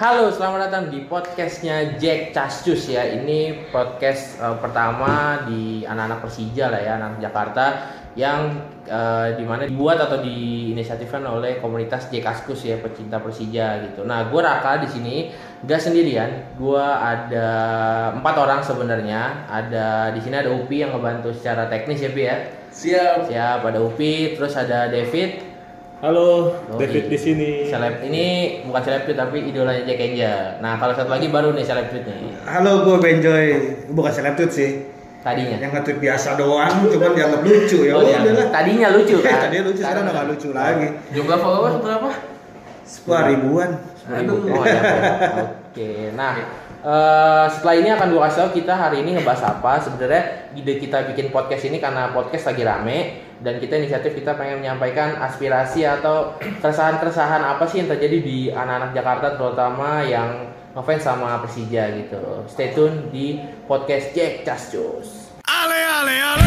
Halo, selamat datang di podcastnya Jack Cascus ya. Ini podcast pertama di anak-anak Persija lah ya, anak Jakarta yang dimana dibuat atau diinisiatifkan oleh komunitas Jack Cascus ya, pecinta Persija gitu. Nah, gue Raka di sini gak sendirian. Gue ada 4 orang sebenarnya. Ada di sini ada Upi yang ngebantu secara teknis ya, Pi ya. Siap. Ada Upi, terus ada David. Halo, David di sini. Seleb ini bukan seleb tapi idolanya Jack Angel. Nah, kalau satu lagi baru nih seleb nih. Halo, gue Benjoy. Bukan seleb sih. Tadinya. Yang nge-tweet biasa doang, cuman dianggap lucu ya. Iya. Udah lah. Tadinya lucu kan? Tadinya lucu, sekarang udah gak lucu lagi. Jumlah followers berapa? 10 ribuan. Oh ya. Oke. Nah, setelah ini akan gue kasih tau kita hari ini ngebahas apa. Sebenarnya ide kita bikin podcast ini karena podcast lagi rame dan kita inisiatif kita pengen menyampaikan aspirasi atau keresahan-keresahan apa sih yang terjadi di anak-anak Jakarta terutama yang ngefans sama Persija gitu. Stay tune di podcast Jack Cascus. Ale ale ale.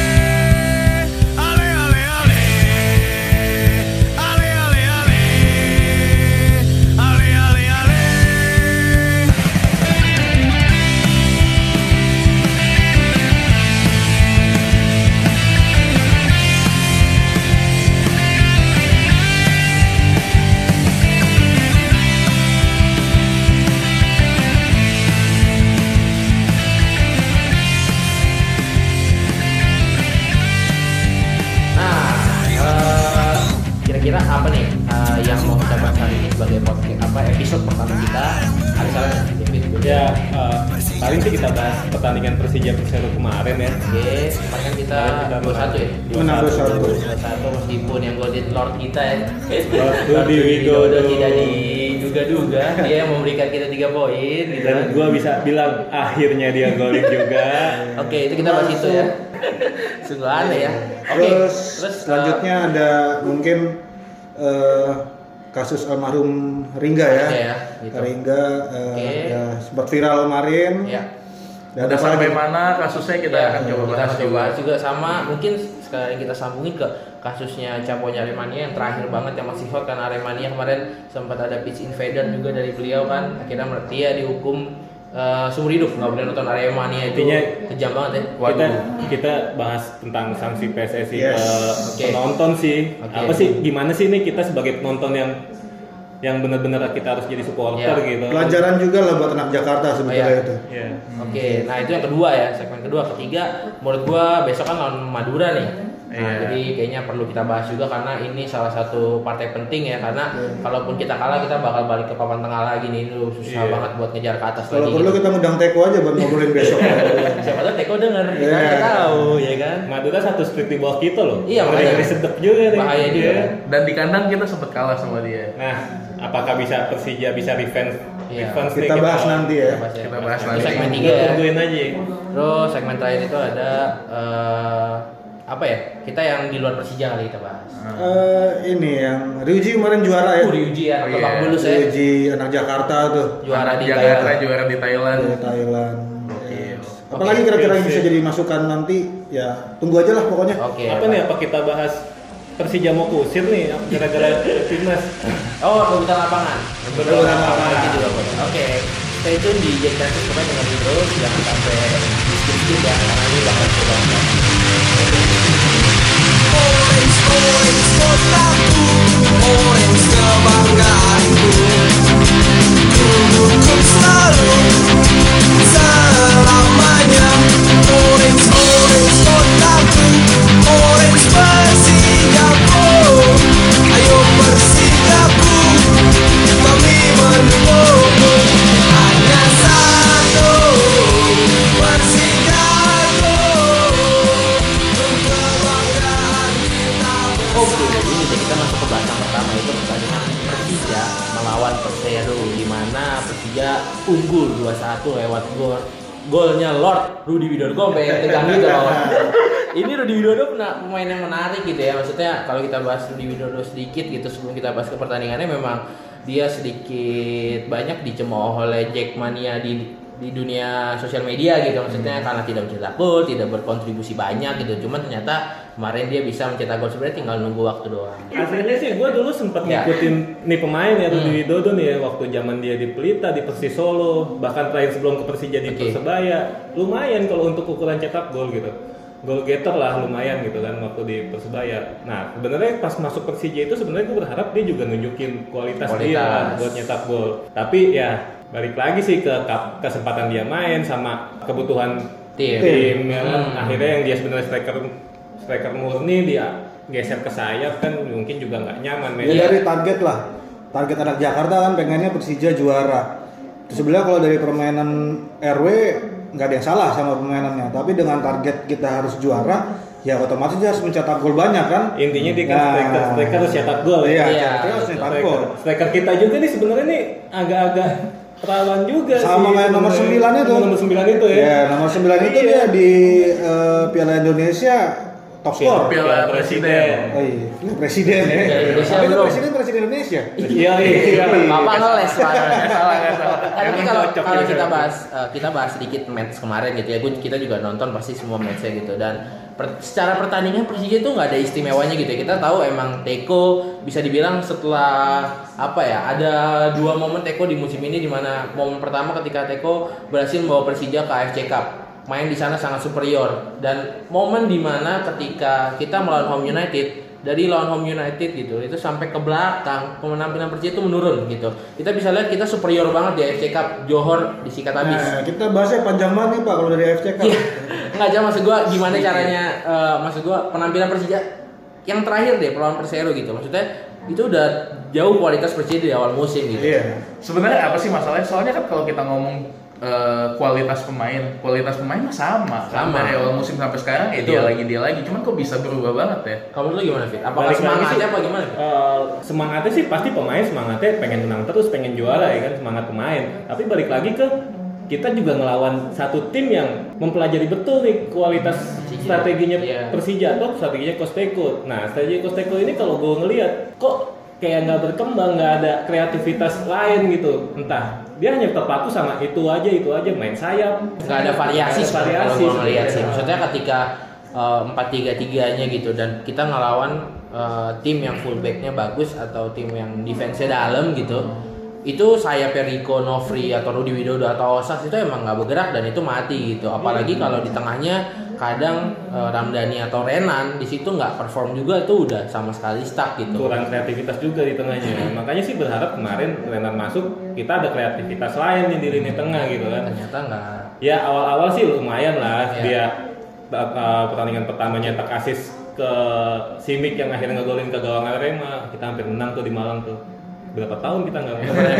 Kira-kira apa nih yang mau kita bahas hari ini sebagai episode pertama kita? Ada salah nggak, David? Ya, paling sih kita bahas pertandingan Persija Persero kemarin ya. Oke, kemarin kan kita 2-1 ya? Menang 2-1 meskipun yang Golden Lord kita ya Rudi Widodo tidak diduga-duga dia yang memberikan kita 3 poin gitu Dan kan. gua bisa bilang akhirnya dia golin juga. Oke, itu kita bahas itu ya. Sungguh aneh ya. Oke, Terus selanjutnya ada mungkin kasus almarhum Ringga ya. ya, gitu. Ringga Oke. ya, sempat viral kemarin. Ya. Dan Udah apa sampai lagi? mana kasusnya kita akan coba kita bahas akan juga. bahas juga sama mungkin sekarang kita sambungin ke kasusnya Caponya Aremania yang terakhir banget yang masih hot kan. Aremania kemarin sempat ada pitch invader juga dari beliau kan, akhirnya dia dihukum seumur hidup nggak boleh nonton Aremania. Itu Intinya, kejam banget ya. Kita bahas tentang sanksi PSSI Yes. ke Oke. penonton sih. Oke. Apa sih gimana sih ini kita sebagai penonton yang benar-benar kita harus jadi supporter Ya. gitu. Pelajaran juga lah buat anak Jakarta sebetulnya iya. itu. Ya. Oke, nah itu yang kedua ya, segmen kedua. Ketiga, menurut gua besok kan lawan Madura nih. Nah, Iya. jadi kayaknya perlu kita bahas juga karena ini salah satu partai penting ya, karena kalaupun kita kalah kita bakal balik ke papan tengah lagi nih. Itu susah Iya. banget buat ngejar ke atas Kalau lagi. perlu gitu. kita ngundang Teko aja buat ngobrolin besok. Siapa tahu Teko denger, kita Iya. nggak tahu ya kan. Madura satu street di bawah kita loh. Iya, makanya. Ngeri sedep juga nih. Bahaya juga Iya. kan. Dan di kandang kita sempat kalah sama dia. Nah, apakah bisa Persija bisa revenge? Iya. Revenge nih Kita bahas nanti ya. Kita bahas Itu nanti. segmen Kita 3 ya. tungguin aja. Terus segmen terakhir itu ada apa ya? Kita yang di luar Persija kali kita bahas. Ini yang Ryuji kemarin juara ya. Ryuji ya, Oh, Lebak iya. Bulus ya. Ryuji anak Jakarta tuh Juara di Jakarta Thailand. juara di Thailand. dari Thailand. Oke. Yes. Apalagi kira-kira yang bisa jadi masukan nanti ya tunggu aja lah pokoknya. Oke. Apa nih? Apa kita bahas Persija mau kusir nih gara-gara timnas? Oh, rebutan lapangan. Rebutan lapangan. Itu juga boleh. Oke. Stay tune di Jack Cascus, pokoknya dengerin terus, jangan sampai skip ya, karena ini bakal coba. Orange kotaku, orange kebanggaanku. Ku dukung selalu selamanya. Orange kotaku, orange Persijaku. Ayo Persijaku, kami mendukungmu. Hanya satu Persijaku. Oke, jadi kita masuk ke bahasan pertama, itu pertandingan Persija melawan Persero, di mana Persija unggul 2-1 lewat golnya Lord Rudi Widodo. Gue pengen tegang gitu loh. Ini Rudi Widodo pemain yang menarik gitu ya. Maksudnya kalau kita bahas Rudi Widodo sedikit gitu sebelum kita bahas ke pertandingannya, memang dia sedikit banyak dicemooh oleh Jackmania di di dunia sosial media gitu, maksudnya karena tidak mencetak gol, tidak berkontribusi banyak gitu. Cuman ternyata kemarin dia bisa mencetak gol, sebenarnya tinggal nunggu waktu doang. Aslinya sih gue dulu sempat ngikutin nih pemain ya Rudi Widodo nih ya, waktu zaman dia di Pelita, di Persis Solo, bahkan terakhir sebelum ke Persija di Persebaya. Lumayan kalau untuk ukuran cetak gol gitu. Goal getter lah lumayan gitu kan waktu di Persebaya. Nah sebenarnya pas masuk Persija itu sebenarnya gue berharap dia juga nunjukin kualitas dia lah buat nyetak gol. Tapi ya balik lagi sih ke kesempatan dia main sama kebutuhan tim ya kan. Akhirnya yang dia sebenarnya striker murni dia geser ke sayap kan mungkin juga nggak nyaman. Ya dari target lah, target anak Jakarta kan pengennya Persija juara. Sebenarnya kalau dari permainan RW nggak ada yang salah sama permainannya, tapi dengan target kita harus juara, ya otomatis dia harus mencetak gol banyak kan. Intinya dia kan striker harus cetak gol. Iya, harus cetak gol. Striker kita juga nih sebenarnya nih agak-agak perawan juga sama sih, kayak nomor 9 itu. Nomor 9 itu ya. Ya, nomor 9 itu dia di Piala Indonesia top skor. Piala Presiden. Oh iya, presiden ya. Indonesia Tapi itu belum. presiden Indonesia. Iya. Bapak ngeles Pak. Nggak salah. Tapi kalau kita bahas sedikit match kemarin gitu ya, kita juga nonton pasti semua matchnya gitu, dan secara pertandingan Persija itu nggak ada istimewanya gitu ya. Kita tahu emang Teko bisa dibilang setelah apa ya, ada 2 momen Teko di musim ini, di mana momen pertama ketika Teko berhasil membawa Persija ke AFC Cup, main di sana sangat superior, dan momen di mana ketika kita melawan Home United, dari lawan Home United gitu itu sampai ke belakang penampilan Persija itu menurun gitu. Kita bisa lihat kita superior banget di AFC Cup, Johor disikat habis. Nah, kita bahasnya panjang banget nih Pak kalau dari AFC Cup. Enggak aja, maksud gua gimana caranya, maksud gua penampilan Persija yang terakhir deh lawan Persero gitu. Maksudnya itu udah jauh kualitas Persija di awal musim gitu. Iya. Sebenarnya apa sih masalahnya? Soalnya kan kalau kita ngomong kualitas pemain mah sama. Kan dari awal musim sampai sekarang ya dia lagi. Cuman kok bisa berubah banget ya? Kamu dulu gimana, Fit? Apakah Balik lagi semangatnya sih, apa gimana? semangatnya sih pasti pemain semangatnya pengen menang terus, pengen juara ya kan, semangat pemain. Tapi balik lagi ke kita juga ngelawan satu tim yang mempelajari betul nih kualitas strateginya Persija atau strateginya Coach Teko. Nah, strategi Coach Teko ini kalau gue ngelihat kok kayak nggak berkembang, nggak ada kreativitas lain gitu. Entah dia hanya terpaku sama itu aja main sayap, Nggak ada variasi variasi kalau gua ngeliat sih. Maksudnya ketika 4-3-3-nya gitu, dan kita ngelawan tim yang fullbacknya bagus atau tim yang defense-nya dalam gitu, itu sayapnya Rico, Nofri atau Rudi Widodo atau Osas itu emang nggak bergerak dan itu mati gitu. Apalagi kalau di tengahnya kadang Ramdhani atau Renan di situ nggak perform juga, itu udah sama sekali stuck gitu. kurang kreativitas juga di tengahnya. Makanya sih berharap kemarin Renan masuk, kita ada kreativitas lain nih di lini tengah gitu kan. Ternyata nggak. Ya awal-awal sih lumayan lah dia pertandingan pertama nyetak assist ke Simic yang akhirnya ngegolin ke gawang Arema. Kita hampir menang tuh di Malang tuh. Berapa tahun kita nggak menang.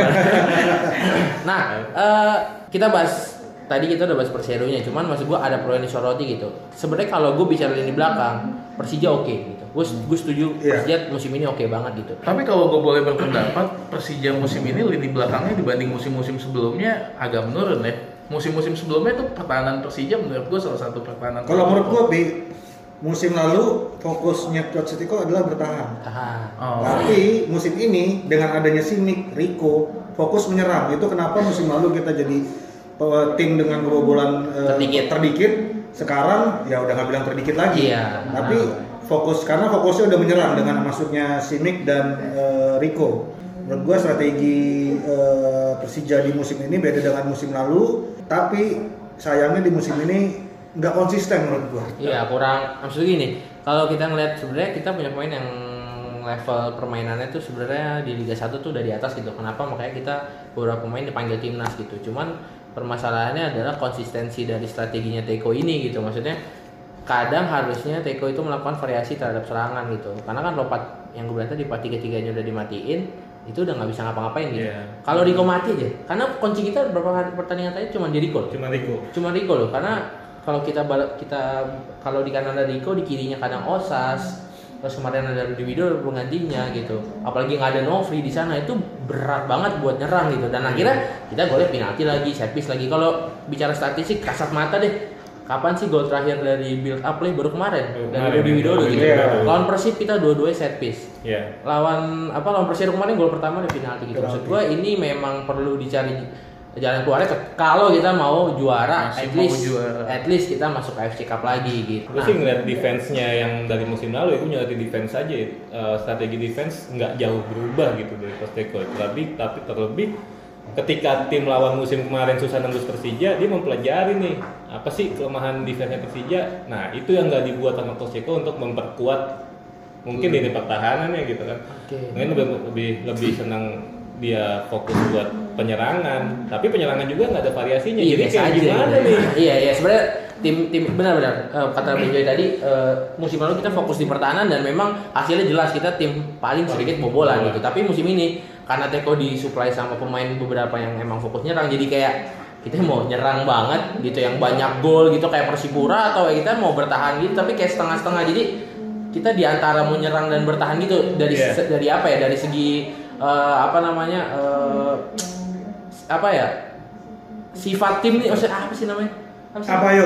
Nah, kita bahas tadi kita udah bahas Persero-nya, cuman maksud gua ada perlu yang disoroti gitu. Sebenarnya kalau gue bicara lini belakang, Persija oke gitu. Gue setuju Persija musim ini oke banget gitu. Tapi kalau gue boleh berpendapat, Persija musim ini lini belakangnya dibanding musim-musim sebelumnya agak menurun ya. Musim-musim sebelumnya itu pertahanan Persija menurut gue salah satu pertahanan. Kalau menurut gua musim lalu fokusnya Coach Teko adalah bertahan. Tapi musim ini dengan adanya Simic, Rico, fokus menyerang. Itu kenapa musim lalu kita jadi tim dengan kebobolan terdikit. Sekarang ya udah nggak bilang terdikit lagi. Iya, Tapi karena fokusnya udah menyerang dengan masuknya Simic dan Rico. Menurut gua strategi Persija di musim ini beda dengan musim lalu. Tapi sayangnya di musim ini nggak konsisten menurut gua. Iya, kurang. Maksudnya gini, kalau kita ngeliat sebenarnya kita punya pemain yang level permainannya tuh sebenarnya di Liga 1 tuh udah di atas gitu. Kenapa? Makanya kita beberapa pemain dipanggil timnas gitu. Cuman permasalahannya adalah konsistensi dari strateginya Teko ini gitu. Maksudnya kadang harusnya Teko itu melakukan variasi terhadap serangan gitu. Karena kan lompat yang gue bilang tadi 4-3-3-nya udah dimatiin, itu udah nggak bisa ngapa-ngapain gitu. Kalau Rico mati aja, karena kunci kita beberapa pertandingan tadi cuma di Rico. Cuma Rico loh, karena kalau kita kalau di kanan ada Rico, di kirinya kadang Osas, terus kemarin ada Rudi Widodo penggantinya gitu. Apalagi nggak ada Nofri di sana, itu berat banget buat nyerang gitu. Dan akhirnya kita golnya penalti lagi, set piece lagi. Kalau bicara statistik kasat mata deh, kapan sih gol terakhir dari build up play? Baru kemarin dari Rudi Widodo gitu. Lawan Persib kita dua-duanya set piece. Lawan Persero kemarin gol pertama dari penalti gitu. Maksud gua ini memang perlu dicari jalan keluarnya kalau kita mau juara, At least kita masuk AFC Cup lagi gitu. Gue sih ngeliat defense-nya yang dari musim lalu, itu nyari defense aja. Strategi defense nggak jauh berubah gitu dari Posteko. Tapi terlebih ketika tim lawan musim kemarin susah nembus Persija, dia mempelajari nih apa sih kelemahan defense Persija. Nah itu yang nggak dibuat sama Posteko untuk memperkuat mungkin di pertahanannya gitu kan. Mungkin lebih senang dia fokus buat penyerangan, tapi penyerangan juga nggak ada variasinya. Iya, jadi kayak gimana nih? Iya sebenarnya tim benar-benar kata Benjoy tadi musim lalu kita fokus di pertahanan dan memang hasilnya jelas kita tim paling sedikit bobolan gitu. Tapi musim ini karena Teko disuplai sama pemain beberapa yang emang fokus nyerang, jadi kayak kita mau nyerang banget gitu, yang banyak gol gitu kayak Persipura, atau kita mau bertahan gitu tapi kayak setengah-setengah. Jadi kita di antara mau nyerang dan bertahan gitu dari apa ya, dari segi sifat tim nih, maksudnya apa sih namanya? Ayo.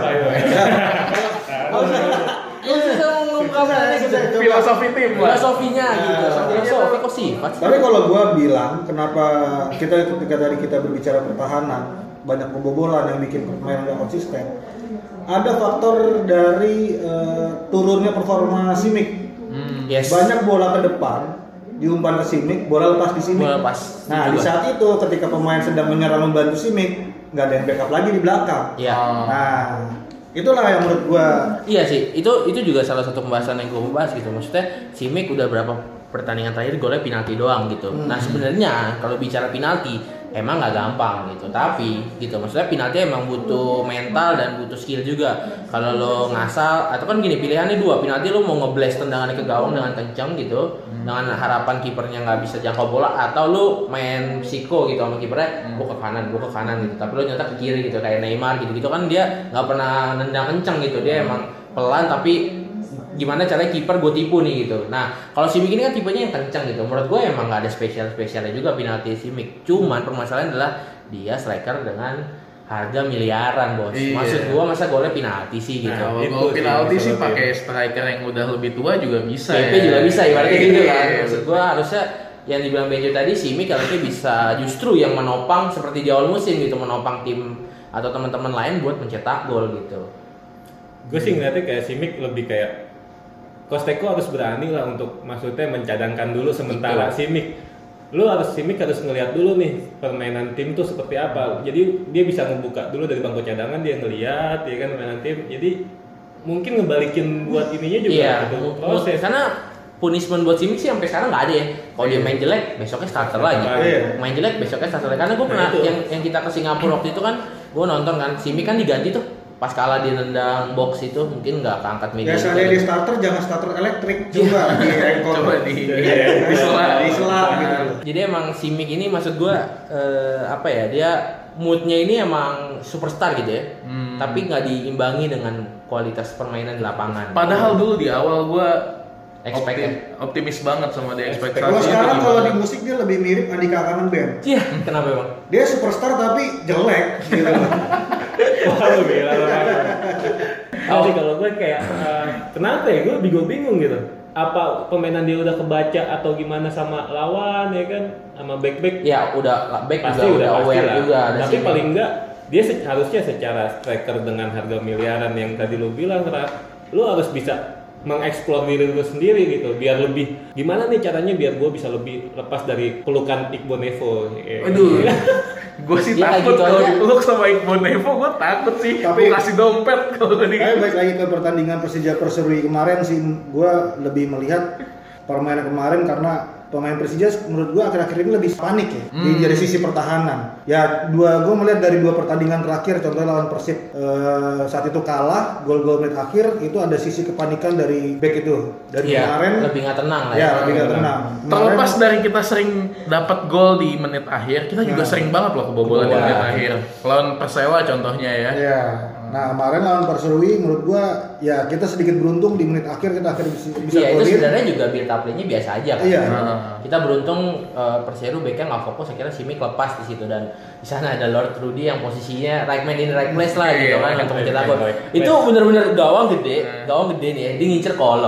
Filosofi tim lah. Filosofinya gitu. Filosofi kok sifat. Tapi kalau gua bilang kenapa ketika tadi kita berbicara pertahanan banyak kebobolan yang bikin permainan nggak konsisten, ada faktor dari turunnya performa Simic. Yes. Banyak bola ke depan diumpan ke Simic, bola lepas di Simic. Nah di saat itu ketika pemain sedang menyerang membantu Simic, nggak ada yang backup lagi di belakang. Iya. Nah itulah yang menurut gua. Iya sih, itu juga salah satu pembahasan yang gua bahas gitu. Maksudnya Simic udah berapa pertandingan terakhir golnya penalti doang gitu. Nah sebenarnya kalau bicara penalti emang nggak gampang gitu, tapi gitu maksudnya penalti emang butuh mental dan butuh skill juga. Kalau lo ngasal atau kan gini, pilihannya dua, penalti lo mau ngeblast tendangannya ke gawang dengan kencang gitu dengan harapan kipernya nggak bisa jangkau bola, atau lo main psiko gitu sama kipernya, gua ke kanan gitu, tapi lo nyata ke kiri gitu kayak Neymar gitu kan, dia nggak pernah nendang kencang gitu, dia emang pelan tapi gimana caranya kiper gue tipu nih gitu. Nah kalau Simic ini kan tipenya yang kencang gitu, menurut gue emang nggak ada spesialnya juga penalti Simic. Cuman permasalahan adalah dia striker dengan harga miliaran bos. Iya. Maksud gue masa golnya penalti sih gitu. Nah, kalau penalti sih pakai striker yang udah lebih tua juga bisa. PP juga bisa ibaratnya gitu kan. Maksud gue harusnya yang dibilang Benjo tadi, Simic harusnya bisa justru yang menopang seperti di awal musim gitu, menopang tim atau teman-teman lain buat mencetak gol gitu. Gue sih ngeliatnya kayak Simic lebih kayak Kosteko harus berani lah untuk maksudnya mencadangkan dulu sementara Simic. Simic harus ngelihat dulu nih permainan tim tuh seperti apa. Jadi dia bisa ngebuka dulu dari bangku cadangan, dia ngelihat ya kan permainan tim. Jadi mungkin ngebalikin buat ininya juga gitu proses. Karena punishment buat Simic sih sampai sekarang nggak ada ya. Kalau dia main jelek besoknya starter lagi. Main jelek besoknya starter lagi. Karena gue pernah yang kita ke Singapura waktu itu kan, gue nonton kan Simic kan diganti tuh. Pas kalah di nendang box itu mungkin nggak keangkat media. Biasanya di starter jangan starter elektrik, coba di engkol, coba di sela gitu. Jadi emang Simic ini maksud gue dia moodnya ini emang superstar gitu ya, tapi nggak diimbangi dengan kualitas permainan di lapangan. Padahal dulu di awal gue optimis banget sama dia ekspektasi. Kalau sekarang kalau di musik dia lebih mirip Andika Kangen Band. Iya, kenapa bang? Dia superstar tapi jelek gitu. Wah, gila banget. Jadi kalau gue kayak kenapa ya, gue bingung gitu. Apa permainan dia udah kebaca atau gimana sama lawan ya kan, sama back? Ya udah back pasti udah aware lah. juga. Tapi paling enggak dia harusnya secara striker dengan harga miliaran yang tadi lu bilang, lu harus bisa mengeksplor diri lu sendiri gitu, biar lebih gimana nih caranya biar gue bisa lebih lepas dari pelukan Iqbal Nevo. Aduh, gue sih takut gitu kalau dipeluk sama Iqbal Nevo, gue takut sih. Tapi kasih dompet kalau gue balik lagi ke pertandingan Persija Perserui kemarin sih, gue lebih melihat permainan kemarin karena pemain Persija menurut gue akhir-akhir ini lebih panik ya dari sisi pertahanan. Ya gue melihat dari dua pertandingan terakhir, contohnya lawan Persib saat itu kalah, gol-gol menit akhir itu ada sisi kepanikan dari back itu. Dari kemarin lebih nggak tenang lah. Ya lebih nggak tenang. Terlepas dari kita sering dapat gol di menit akhir, kita juga sering banget loh kebobolan di menit akhir. Lawan Persewa contohnya ya. Iya. Nah kemarin lawan Perserui menurut gua ya kita sedikit beruntung di menit akhir kita bisa Iya, itu sebenarnya juga build up play-nya biasa aja kan. Iya. Kita beruntung Persero back-nya nggak fokus, akhirnya Simic lepas di situ dan di sana ada Lord Rudy yang posisinya right man in right place lah gitu kan untuk mencetak gol. Itu bener-bener gawang gede nih ya, dia ngincer kolong.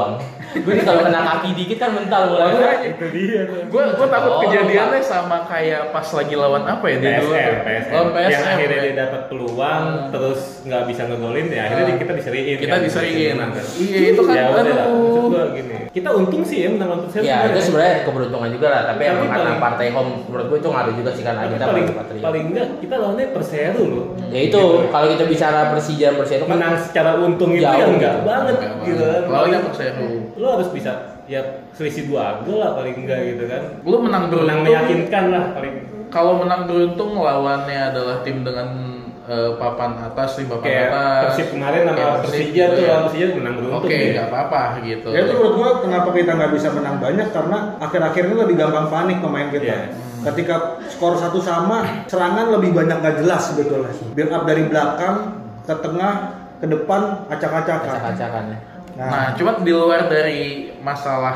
Gue nih kalau kena kaki dikit kan mental mulai. Itu dia tuh. Gue takut kejadiannya sama kayak pas lagi lawan apa ya dia dulu. PSM. Yang akhirnya dia dapat peluang terus nggak bisa ngegolin ya akhirnya kita diseriin. Kita kan? diseriin. Menang, kan? Iya itu kan Ya udah lah, maksud aduh. gua gini. Kita untung sih ya menang lawan Persero. Ya itu sebenarnya keberuntungan juga lah, tapi emang karena paling- partai home menurut gue itu ngaruh juga sih kan Tapi kita paling enggak kita lawannya Persero loh. Ya itu kalau kita bicara Persija Persero kan Menang secara untung itu jauh ya enggak gitu. banget gitu kan. Lawannya Persero. Lo harus bisa ya selisih 2 gol lah paling enggak gitu kan. Lu menang Menang beruntung. meyakinkan lah paling. Kalau menang beruntung lawannya adalah tim dengan papan atas, tim papan Kayak atas. Persib kemarin sama Kayak Persija tuh ya. lawan Persija menang beruntung. Oke, ya. nggak apa-apa gitu. Ya itu menurut gua kenapa kita nggak bisa menang banyak karena akhir-akhir ini lebih gampang panik pemain kita. Iya. Ketika skor 1 sama, serangan lebih banyak nggak jelas sebetulnya. Build up dari belakang ke tengah ke depan acak-acakan. acak-acakan ya. Nah, cuma di luar dari masalah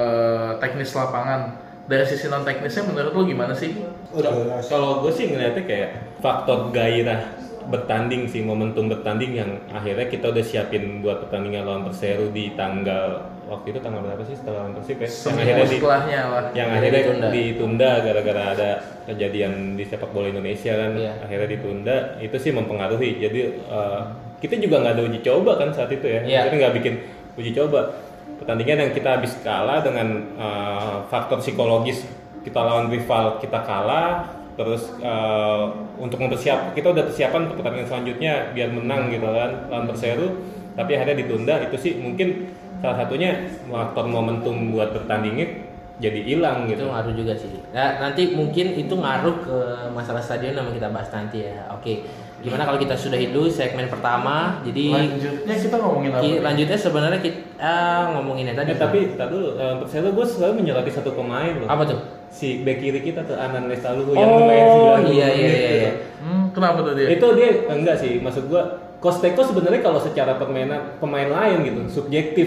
teknis lapangan, dari sisi non teknisnya menurut lu gimana sih? Oh, jelas. Kalau gue sih ngeliatnya kayak faktor gairah bertanding sih, momentum bertanding yang akhirnya kita udah siapin buat pertandingan lawan Persero di tanggal waktu itu tanggal berapa sih setelah lawan Persib ya? Seminggu setelahnya lah. Yang akhirnya ditunda gara-gara ada kejadian di sepak bola Indonesia kan, Iya. akhirnya ditunda. Itu sih mempengaruhi. Jadi kita juga nggak ada uji coba kan saat itu ya, Iya. kita nggak bikin uji coba. Pertandingan yang kita habis kalah dengan faktor psikologis, kita lawan rival kita kalah, terus untuk kita udah persiapan untuk pertandingan selanjutnya biar menang gitu kan lawan Persero, tapi akhirnya ditunda. Itu sih mungkin salah satunya faktor momentum buat bertandingnya jadi hilang Itu gitu. ngaruh juga sih. Nah, nanti mungkin itu ngaruh ke masalah stadion yang kita bahas nanti ya. Oke. Gimana kalau kita sudahi dulu segmen pertama? Jadi Lanjutnya kita ngomongin apa? lanjutnya sebenarnya kita ngomongin yang tadi. Tapi tadi Persero gue selalu menyoroti satu pemain loh. apa tuh? Si bek kiri kita tuh Anan Lestaluhu Oh, yang main 90 iya, menit iya, gitu. iya. Kenapa tuh dia? Itu dia enggak sih, maksud gua Kosteko sebenarnya kalau secara permainan pemain lain gitu subjektif.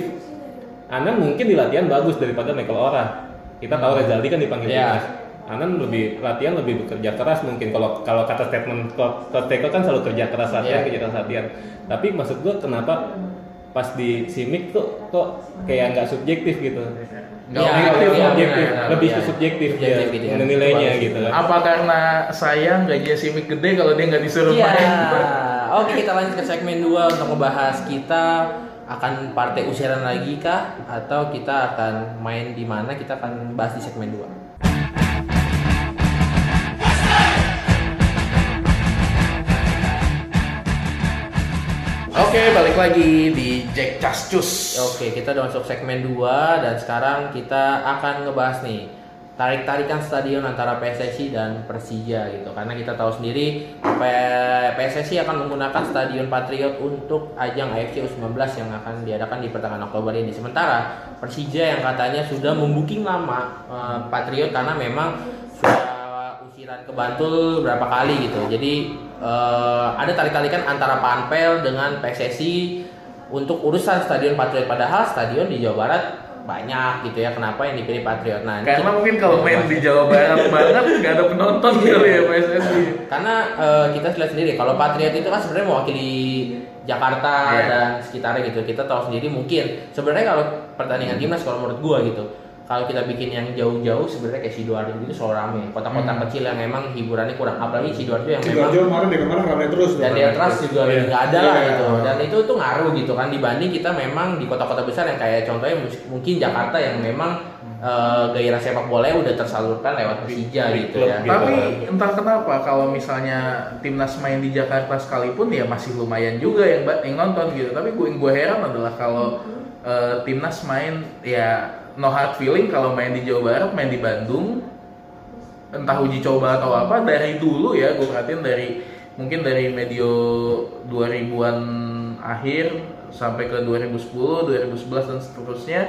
Anan mungkin di latihan bagus daripada Michael Ora. Kita tahu Rezaldi kan dipanggil Iya. timnas. Anan lebih latihan lebih bekerja keras mungkin kalau kata statement Kosteko kan selalu kerja keras latihan, Iya. kerja keras latihan. Tapi maksud gua kenapa pas di Simic tuh kok kayak nggak subjektif gitu. Nggak Iya, objektif, iya, Objektif, benar, lebih iya. ke subjektif ya, Subjektif gitu ya. nilainya gitu kan. Apa karena sayang gajinya Simic gede kalau dia nggak disuruh Iya. main? Oke, kita lanjut ke segmen 2 untuk membahas kita akan partai usiran lagi kah atau kita akan main di mana, kita akan bahas di segmen 2. Oke, balik lagi di Jack Cascus. Oke, kita udah masuk segmen 2 dan sekarang kita akan ngebahas nih tarik-tarikan stadion antara PSSI dan Persija gitu. Karena kita tahu sendiri PSSI akan menggunakan Stadion Patriot untuk ajang AFC U19 yang akan diadakan di pertengahan Oktober ini. Sementara Persija yang katanya sudah membooking lama Patriot karena memang sudah usiran ke Bantul berapa kali gitu. Jadi ada tarik-tarikan antara Panpel dengan PSSI untuk urusan Stadion Patriot, padahal stadion di Jawa Barat banyak gitu ya. Kenapa yang dipilih Patriot? Nah, ini Karena mungkin kalau main di Jawa Barat banget nggak ada penonton kali ya PSSI. karena kita lihat sendiri kalau Patriot itu kan sebenarnya mewakili Jakarta dan sekitarnya gitu. Kita tahu sendiri mungkin sebenarnya kalau pertandingan timnas kalau menurut gua gitu, kalau kita bikin yang jauh-jauh sebenarnya kayak Sidoarjo gitu selalu rame. Kota-kota kecil yang memang hiburannya kurang, apalagi Sidoarjo yang memang Sidoarjo kemarin ramai terus. dan tuh. Del Tras juga Iya. nggak ada lah Iya. gitu. Dan itu tuh ngaruh gitu kan dibanding kita memang di kota-kota besar yang kayak contohnya mungkin Jakarta yang memang gairah sepak bola udah tersalurkan lewat Persija gitu ya. Gitu. Tapi entah kenapa kalau misalnya timnas main di Jakarta sekalipun ya masih lumayan juga yang nonton gitu. Tapi gue heran adalah kalau timnas main ya no hard feeling kalau main di Jawa Barat, main di Bandung, entah uji coba atau apa dari dulu ya gue perhatiin mungkin dari medio 2000-an akhir sampai ke 2010, 2011 dan seterusnya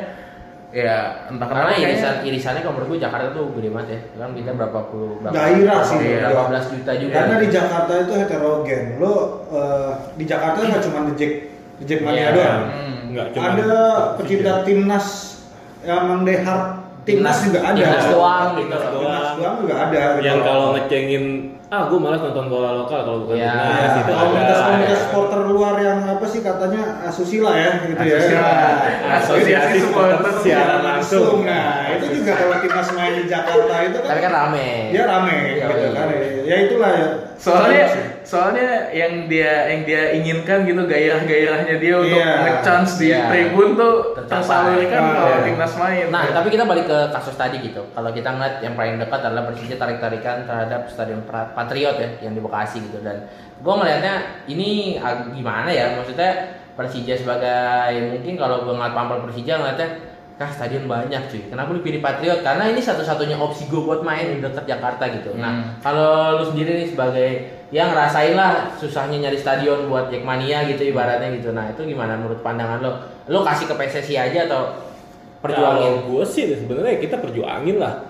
ya entah Karena kenapa irisannya kalau menurut gue Jakarta tuh gede banget ya. Kan kita berapa Gairah sih, berapa iya. belas juta juga. Karena di Jakarta itu heterogen. Lo di Jakarta nggak cuma The Jack Mania Iya. doang. Nggak cuma Ada pecinta timnas yang mendehar timnas juga ada. Timnas doang gitu. Timnas doang juga ada. gitu. yang kalau ngecengin gue malas nonton bola lokal kalau bukan Ya, timnas. Itu komunitas supporter luar yang apa sih katanya asusila ya gitu ya. Asosiasi supporter siaran langsung. Nah, itu juga kalau timnas main di Jakarta itu kan Tapi kan rame. dia rame Iya, gitu iya. kan. Ya itulah ya. Soalnya yang dia inginkan gitu gairah-gairahnya dia untuk Iya. nge-chance di Iya. tribun tuh Tercapai. tersalurkan kalau Iya. timnas main. Nah, tapi kita balik ke kasus tadi gitu. Kalau kita ngeliat yang paling dekat adalah Persija tarik-tarikan terhadap Stadion Patriot ya, yang di Bekasi gitu. Dan gue ngelihatnya ini gimana ya? Maksudnya Persija sebagai mungkin kalau gue ngeliat pampel Persija ngeliatnya stadion banyak cuy. Kenapa lu pilih Patriot? Karena ini satu-satunya opsi gue buat main di dekat Jakarta gitu. Nah, kalau lu sendiri nih sebagai yang ngerasain lah susahnya nyari stadion buat Jackmania gitu ibaratnya gitu. Nah, itu gimana menurut pandangan lo? Lo kasih ke PSSI aja atau perjuangin? Kalau gue sih sebenarnya kita perjuangin lah.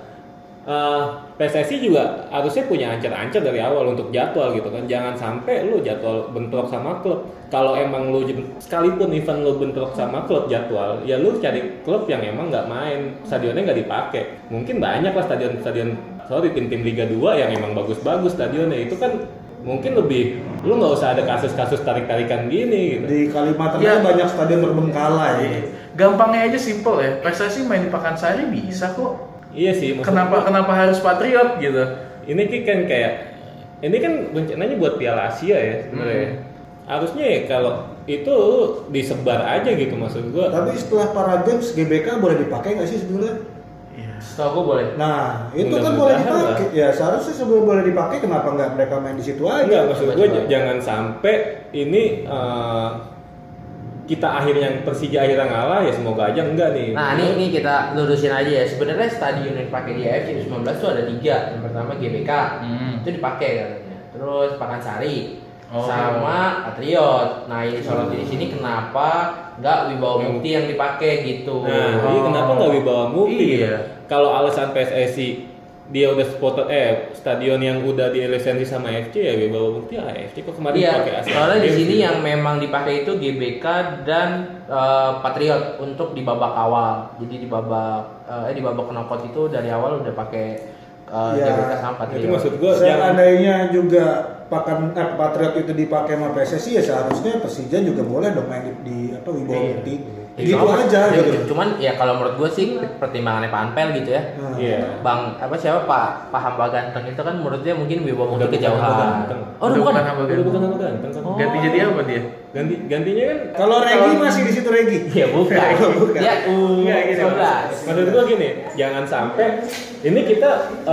PSSI juga harusnya punya ancar-ancar dari awal untuk jadwal gitu kan. Jangan sampai lu jadwal bentrok sama klub. Kalau emang lu sekalipun event lu bentrok sama klub jadwal, ya lu cari klub yang emang nggak main, stadionnya nggak dipakai. Mungkin banyak lah stadion tim-tim Liga 2 yang emang bagus-bagus stadionnya. Itu kan mungkin lebih, lu nggak usah ada kasus-kasus tarik-tarikan gini gitu. Di Kalimantan Ya. aja banyak stadion terbengkalai. Gampangnya aja simple ya. PSSI main di Pakansari bisa kok. Iya sih. maksud gua, Kenapa harus Patriot gitu? ini kan kayak ini kan rencananya buat Piala Asia ya sebenarnya. Harusnya ya kalau itu disebar aja gitu maksud gua. Tapi setelah para games GBK boleh dipakai nggak sih sebenarnya? Setahu gue boleh. Nah, itu kan boleh Mudah-mudahan dipakai. Ya, seharusnya sebelum boleh dipakai kenapa nggak mereka main di situ aja? Enggak, maksud gua Coba. jangan sampai ini kita akhirnya Persija akhirnya ngalah ya semoga aja enggak nih. Nah, ini kita lurusin aja ya. Sebenarnya stadion yang dipakai di AFC 19 tuh ada 3. Yang pertama GBK. Itu dipakai katanya. Terus Pakansari sama Patriot. Nah, ini sorot di sini kenapa nggak Wibawa Mukti yang dipakai gitu. Nah, ini kenapa nggak Wibawa Mukti Iya. gitu? Kalau alasan PSSI dia udah stadion yang udah dilisensi sama AFC ya Wibawa Mukti AFC kok kemarin Iya, pakai AFC. soalnya di sini yang memang dipakai itu GBK dan Patriot untuk di babak awal. Jadi di babak knockout itu dari awal udah pakai Ya, GBK sama Patriot. Itu maksud gua Seandainya juga Patriot itu dipakai sama PSSI ya seharusnya Persija juga boleh dong main di apa Wibawa Iya. Mukti. Ya, Gitu cuma- aja ya, gitu. Cuman ya kalau menurut gue sih pertimbangannya Pak Ampel gitu ya. Nah, Iya. Bang siapa Pak Hamba Ganteng itu kan menurutnya mungkin Wibawa Udah Mukti bukan Hamba kejauhan. Ganteng. Oh, udah bukan. Hamba Udah Ganteng. bukan sama ganteng kan. Ganti jadi apa dia? Gantinya kan Kalau Regi masih di situ Regi. Ya bukan. Bukan. Ya Enggak gini, 11. maksud gua gini, jangan sampai ini kita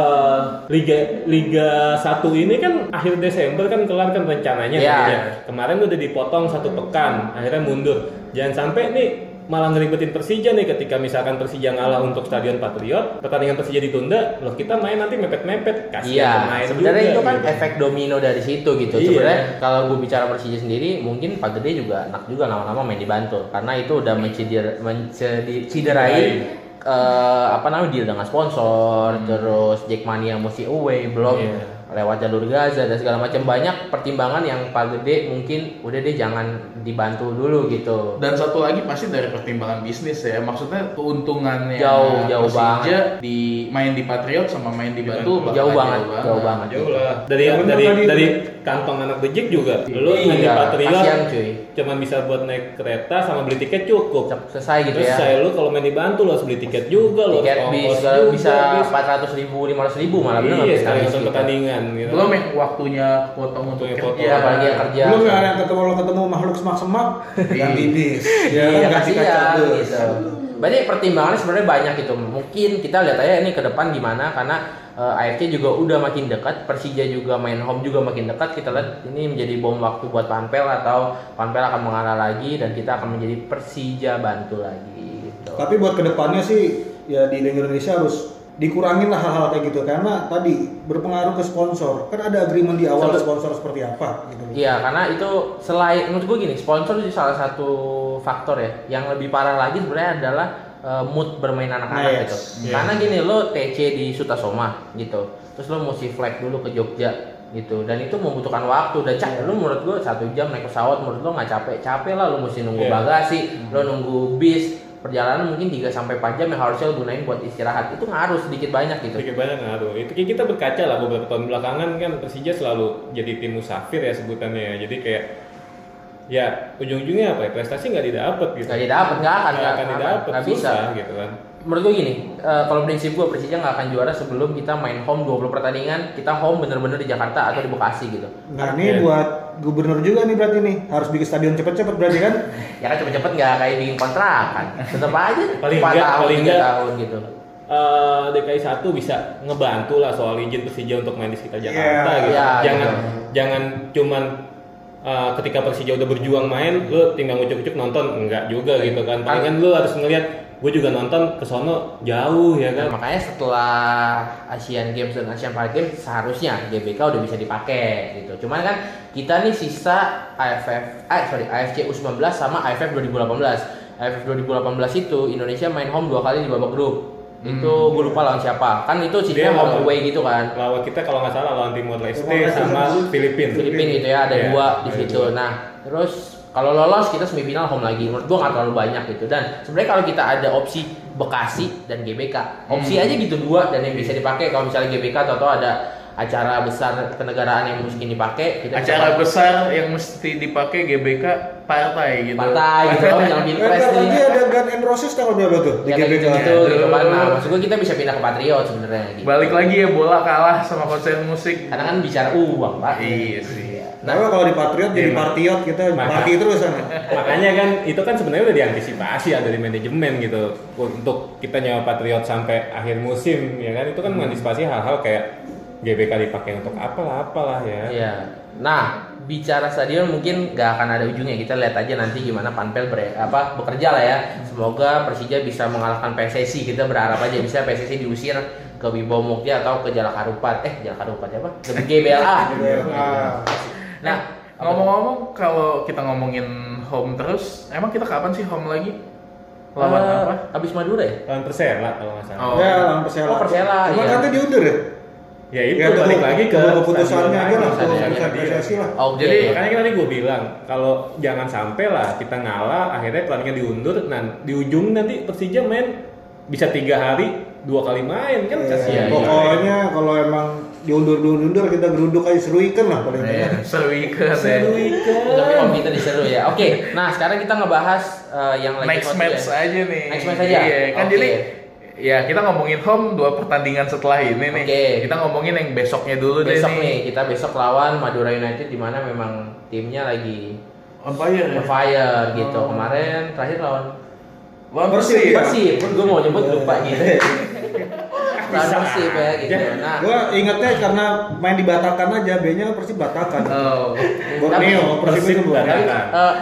Liga 1 ini kan akhir Desember kan kelar kan rencananya Iya. tadinya. Kemarin udah dipotong 1 pekan, akhirnya mundur. Jangan sampai nih malah ngeribetin Persija nih ketika misalkan Persija ngalah untuk Stadion Patriot, pertandingan Persija ditunda, loh kita main nanti mepet-mepet, kasihan Iya, pemain sebenarnya juga, itu kan gitu. efek domino dari situ gitu. Iya. Sebenarnya kalau gue bicara Persija sendiri, mungkin Pak Gede juga enak juga lama-lama main di Bantul karena itu udah menciderai deal dengan sponsor, terus Jackmania mesti away, belum Iya. lewat jalur Gaza dan segala macam, banyak pertimbangan yang Pak Gede mungkin udah deh jangan dibantu dulu gitu. Dan satu lagi pasti dari pertimbangan bisnis ya. Maksudnya keuntungannya Jauh Persija banget. di main di Patriot sama main di Bantul Jauh bakalan banget. Jauh lah. Dari Ya, bener tadi. dari kantong anak bejek juga. Lu main di Iya, Patriot kasihan cuy. cuman bisa buat naik kereta sama beli tiket cukup. Selesai gitu Terus ya. saya lu kalau main di Bantul lu harus beli tiket juga lu. Tiket bisa 400.000, 500.000 malah bener nggak Iya, bisa sekali habis nonton gitu. pertandingan gitu. Belum yang waktunya potong untuk Waktunya kerja. potong. Ya, apalagi yang kerja. Belum ya yang ketemu makhluk semak-semak yang di bis. Iya, kan, kasih kaca kasihan bus. gitu. Berarti pertimbangannya sebenarnya banyak gitu. Mungkin kita lihat aja ini ke depan gimana karena AFC juga udah makin dekat, Persija juga main home juga makin dekat. Kita lihat ini menjadi bom waktu buat Pampel atau Pampel akan mengalah lagi dan kita akan menjadi Persija Bantul lagi gitu. Tapi buat kedepannya sih ya di Liga Indonesia harus dikurangin lah hal-hal kayak gitu karena tadi berpengaruh ke sponsor. Kan ada agreement di awal sponsor seperti apa gitu. Iya, karena itu selain menurut gue gini, sponsor itu salah satu faktor ya. Yang lebih parah lagi sebenarnya adalah mood bermain anak-anak Yes. gitu. Iya. Karena gini, lo TC di Sutasoma gitu, terus lo mesti flight dulu ke Jogja gitu, dan itu membutuhkan waktu dan lo menurut gue 1 jam naik pesawat menurut lo nggak capek lah, lo mesti nunggu Iya. bagasi, lo nunggu bis, perjalanan mungkin 3-4 jam yang harusnya lo gunain buat istirahat. Itu ngaruh sedikit banyak gitu. Sedikit banyak ngaruh. Itu kita berkaca lah beberapa tahun belakangan kan Persija selalu jadi tim musafir ya sebutannya. Jadi kayak ya ujung-ujungnya apa ya, prestasi nggak didapat gitu. Nggak akan didapat, nggak bisa gitu kan. Menurut gue gini, kalau prinsip gue Persija nggak akan juara sebelum kita main home 20 pertandingan, kita home bener-bener di Jakarta atau di Bekasi gitu. Nah ini buat gubernur juga nih berarti nih, harus bikin stadion cepet-cepet berarti kan? Ya kan cepet-cepet nggak kayak bikin kontrakan, tetap aja 4 tahun, 3 tahun gitu. DKI 1 bisa ngebantu lah soal izin Persija untuk main di sekitar Jakarta gitu. Jangan cuman ketika Persija udah berjuang main, lu tinggal ngucuk-ngucuk nonton, enggak juga gitu kan. Palingan lu harus ngelihat, gue juga nonton ke sono jauh ya kan. Makanya setelah Asian Games dan Asian Para Games seharusnya GBK udah bisa dipakai gitu. Cuman kan kita nih sisa AFC U19 sama AFF 2018. AFF 2018 itu Indonesia main home 2 kali di babak grup. Itu gue lupa lawan siapa. Kan itu sistem home away gitu kan. Lawan kita kalau nggak salah lawan Timor Leste sama Filipina gitu ya, ada 2 di situ. Nah, terus kalau lolos kita semifinal home lagi. Menurut gue nggak terlalu banyak gitu. Dan sebenarnya kalau kita ada opsi Bekasi dan GBK, opsi aja gitu 2 dan yang bisa dipakai. Kalau misalnya GBK atau ada acara besar kenegaraan yang mungkin dipakai, kita acara besar yang mesti dipakai GBK partai gitu. Partai gitu kan, jangan pilpres nih. Tadi ada Guns N' Roses tanggal berapa tuh di GBK? Gitu kan. Nah, maksud gue kita bisa pindah ke Patriot sebenarnya gitu. Balik lagi ya, bola kalah sama konser musik. Karena kan bicara uang, Pak. Iya sih. Nah, kalau di Patriot jadi Partiot kita party terus kan. Makanya kan itu kan sebenarnya udah diantisipasi ya dari manajemen gitu untuk kita nyawa Patriot sampai akhir musim ya kan. Itu kan mengantisipasi hal-hal kayak GBK dipakai untuk apalah ya. Iya. Nah, bicara stadion mungkin gak akan ada ujungnya. Kita lihat aja nanti gimana Panpel bekerja lah ya. Semoga Persija bisa mengalahkan PSSI. Kita berharap aja bisa PSSI diusir ke Wibawa Mukti atau ke Jalak Harupat. Jalak Harupat apa? Ke GBLA. Nah, ngomong-ngomong kalau kita ngomongin home terus, emang kita kapan sih home lagi? Lawan apa? Habis Madura ya? Lawan Persela kalau nggak salah. Ya, lawan Persela. Oh, Persela. Cuma iya. katanya diundur ya? Ya itu balik lagi ke keputusannya aja lah, keputusan dia. PSSI lah. Oh, Jadi makanya tadi gue bilang kalau jangan sampai lah kita ngalah akhirnya pertandingan diundur. Nah di ujung nanti Persija main bisa 3 hari 2 kali main kan kasihan. Pokoknya kalau emang diundur kita geruduk aja, seruikan lah paling tidak. Seruikan. Tapi om kita diseru ya. Oke, nah sekarang kita ngebahas yang lagi Next match aja nih. Next match aja. Iya, kan jadi ya kita ngomongin home 2 pertandingan setelah ini nih. Kita ngomongin yang besoknya dulu deh nih. Besok nih kita besok lawan Madura United di mana memang timnya lagi on fire gitu. Kemarin terakhir lawan Persib. Gue mau nyebut lupa gitu. Persib ya gitu. Nah, gue ingetnya karena main di Batakan aja, B-nya Persib Batakan. Borneo, Persib itu Batakan.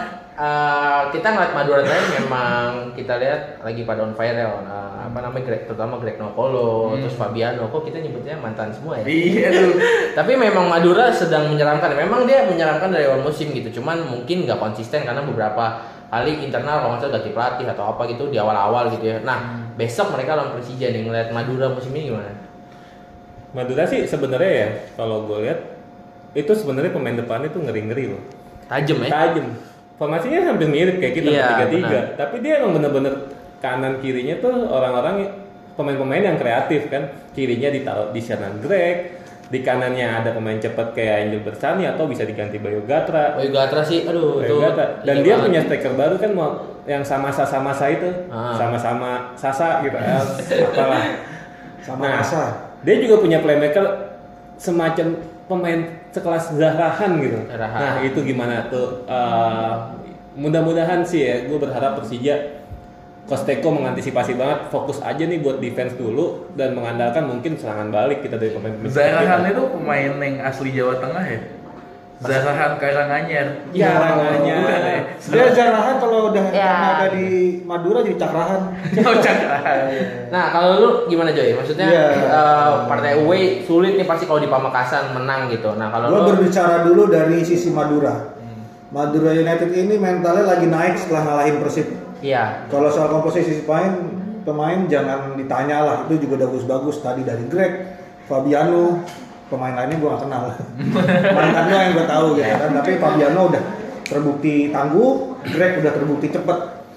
Kita ngeliat Madura terakhir memang kita lihat lagi pada on fire ya. Terutama Greg Nokolo, terus Fabiano. Kok kita nyebutnya mantan semua ya? Iya tuh. Tapi memang Madura sedang menyeramkan. Memang dia menyeramkan dari awal musim gitu. Cuman mungkin nggak konsisten karena beberapa kali internal kalau nggak salah ganti pelatih atau apa gitu di awal-awal gitu ya. Nah, besok mereka lawan Persija nih, ngeliat Madura musim ini gimana? Madura sih sebenarnya ya kalau gue lihat itu sebenarnya pemain depannya tuh ngeri-ngeri loh. Tajem ya? Tajem. Formasinya hampir mirip kayak kita 3-3. Tapi dia emang bener-bener kanan kirinya tuh orang-orang pemain-pemain yang kreatif kan. Kirinya ditaruh di sana Greg, di kanannya ada pemain cepat kayak Angel Bersani atau bisa diganti Bayu Gatra. Bayu Gatra sih, aduh Bayu itu. Gatra. Dan dia punya striker baru kan yang sama Sasa itu, sama-sama Sasa gitu. Apalah. Sama Sasa. Dia juga punya playmaker semacam pemain sekelas Zahrahan gitu. Nah itu gimana tuh? Mudah-mudahan sih ya, gue berharap Persija Kosteko mengantisipasi banget, fokus aja nih buat defense dulu dan mengandalkan mungkin serangan balik kita dari pemain-pemain. Zahrahan itu pemain yang asli Jawa Tengah ya? Zahrahan Karanganyar. Ya, Karanganyar. Dia Zahrahan kalau udah ada di Madura jadi Cakrahan. Oh, Cakrahan. Nah, kalau lu gimana Joy? Maksudnya partai away sulit nih pasti kalau di Pamekasan menang gitu. Nah, kalau lu berbicara dulu dari sisi Madura. Madura United ini mentalnya lagi naik setelah ngalahin Persib. Iya. Kalau soal komposisi pemain jangan ditanya lah, itu juga udah bagus tadi dari Greg, Fabiano, pemain lainnya gue gak kenal. Mantannya yang gue tahu gitu kan, tapi Fabiano udah terbukti tangguh, Greg udah terbukti cepet.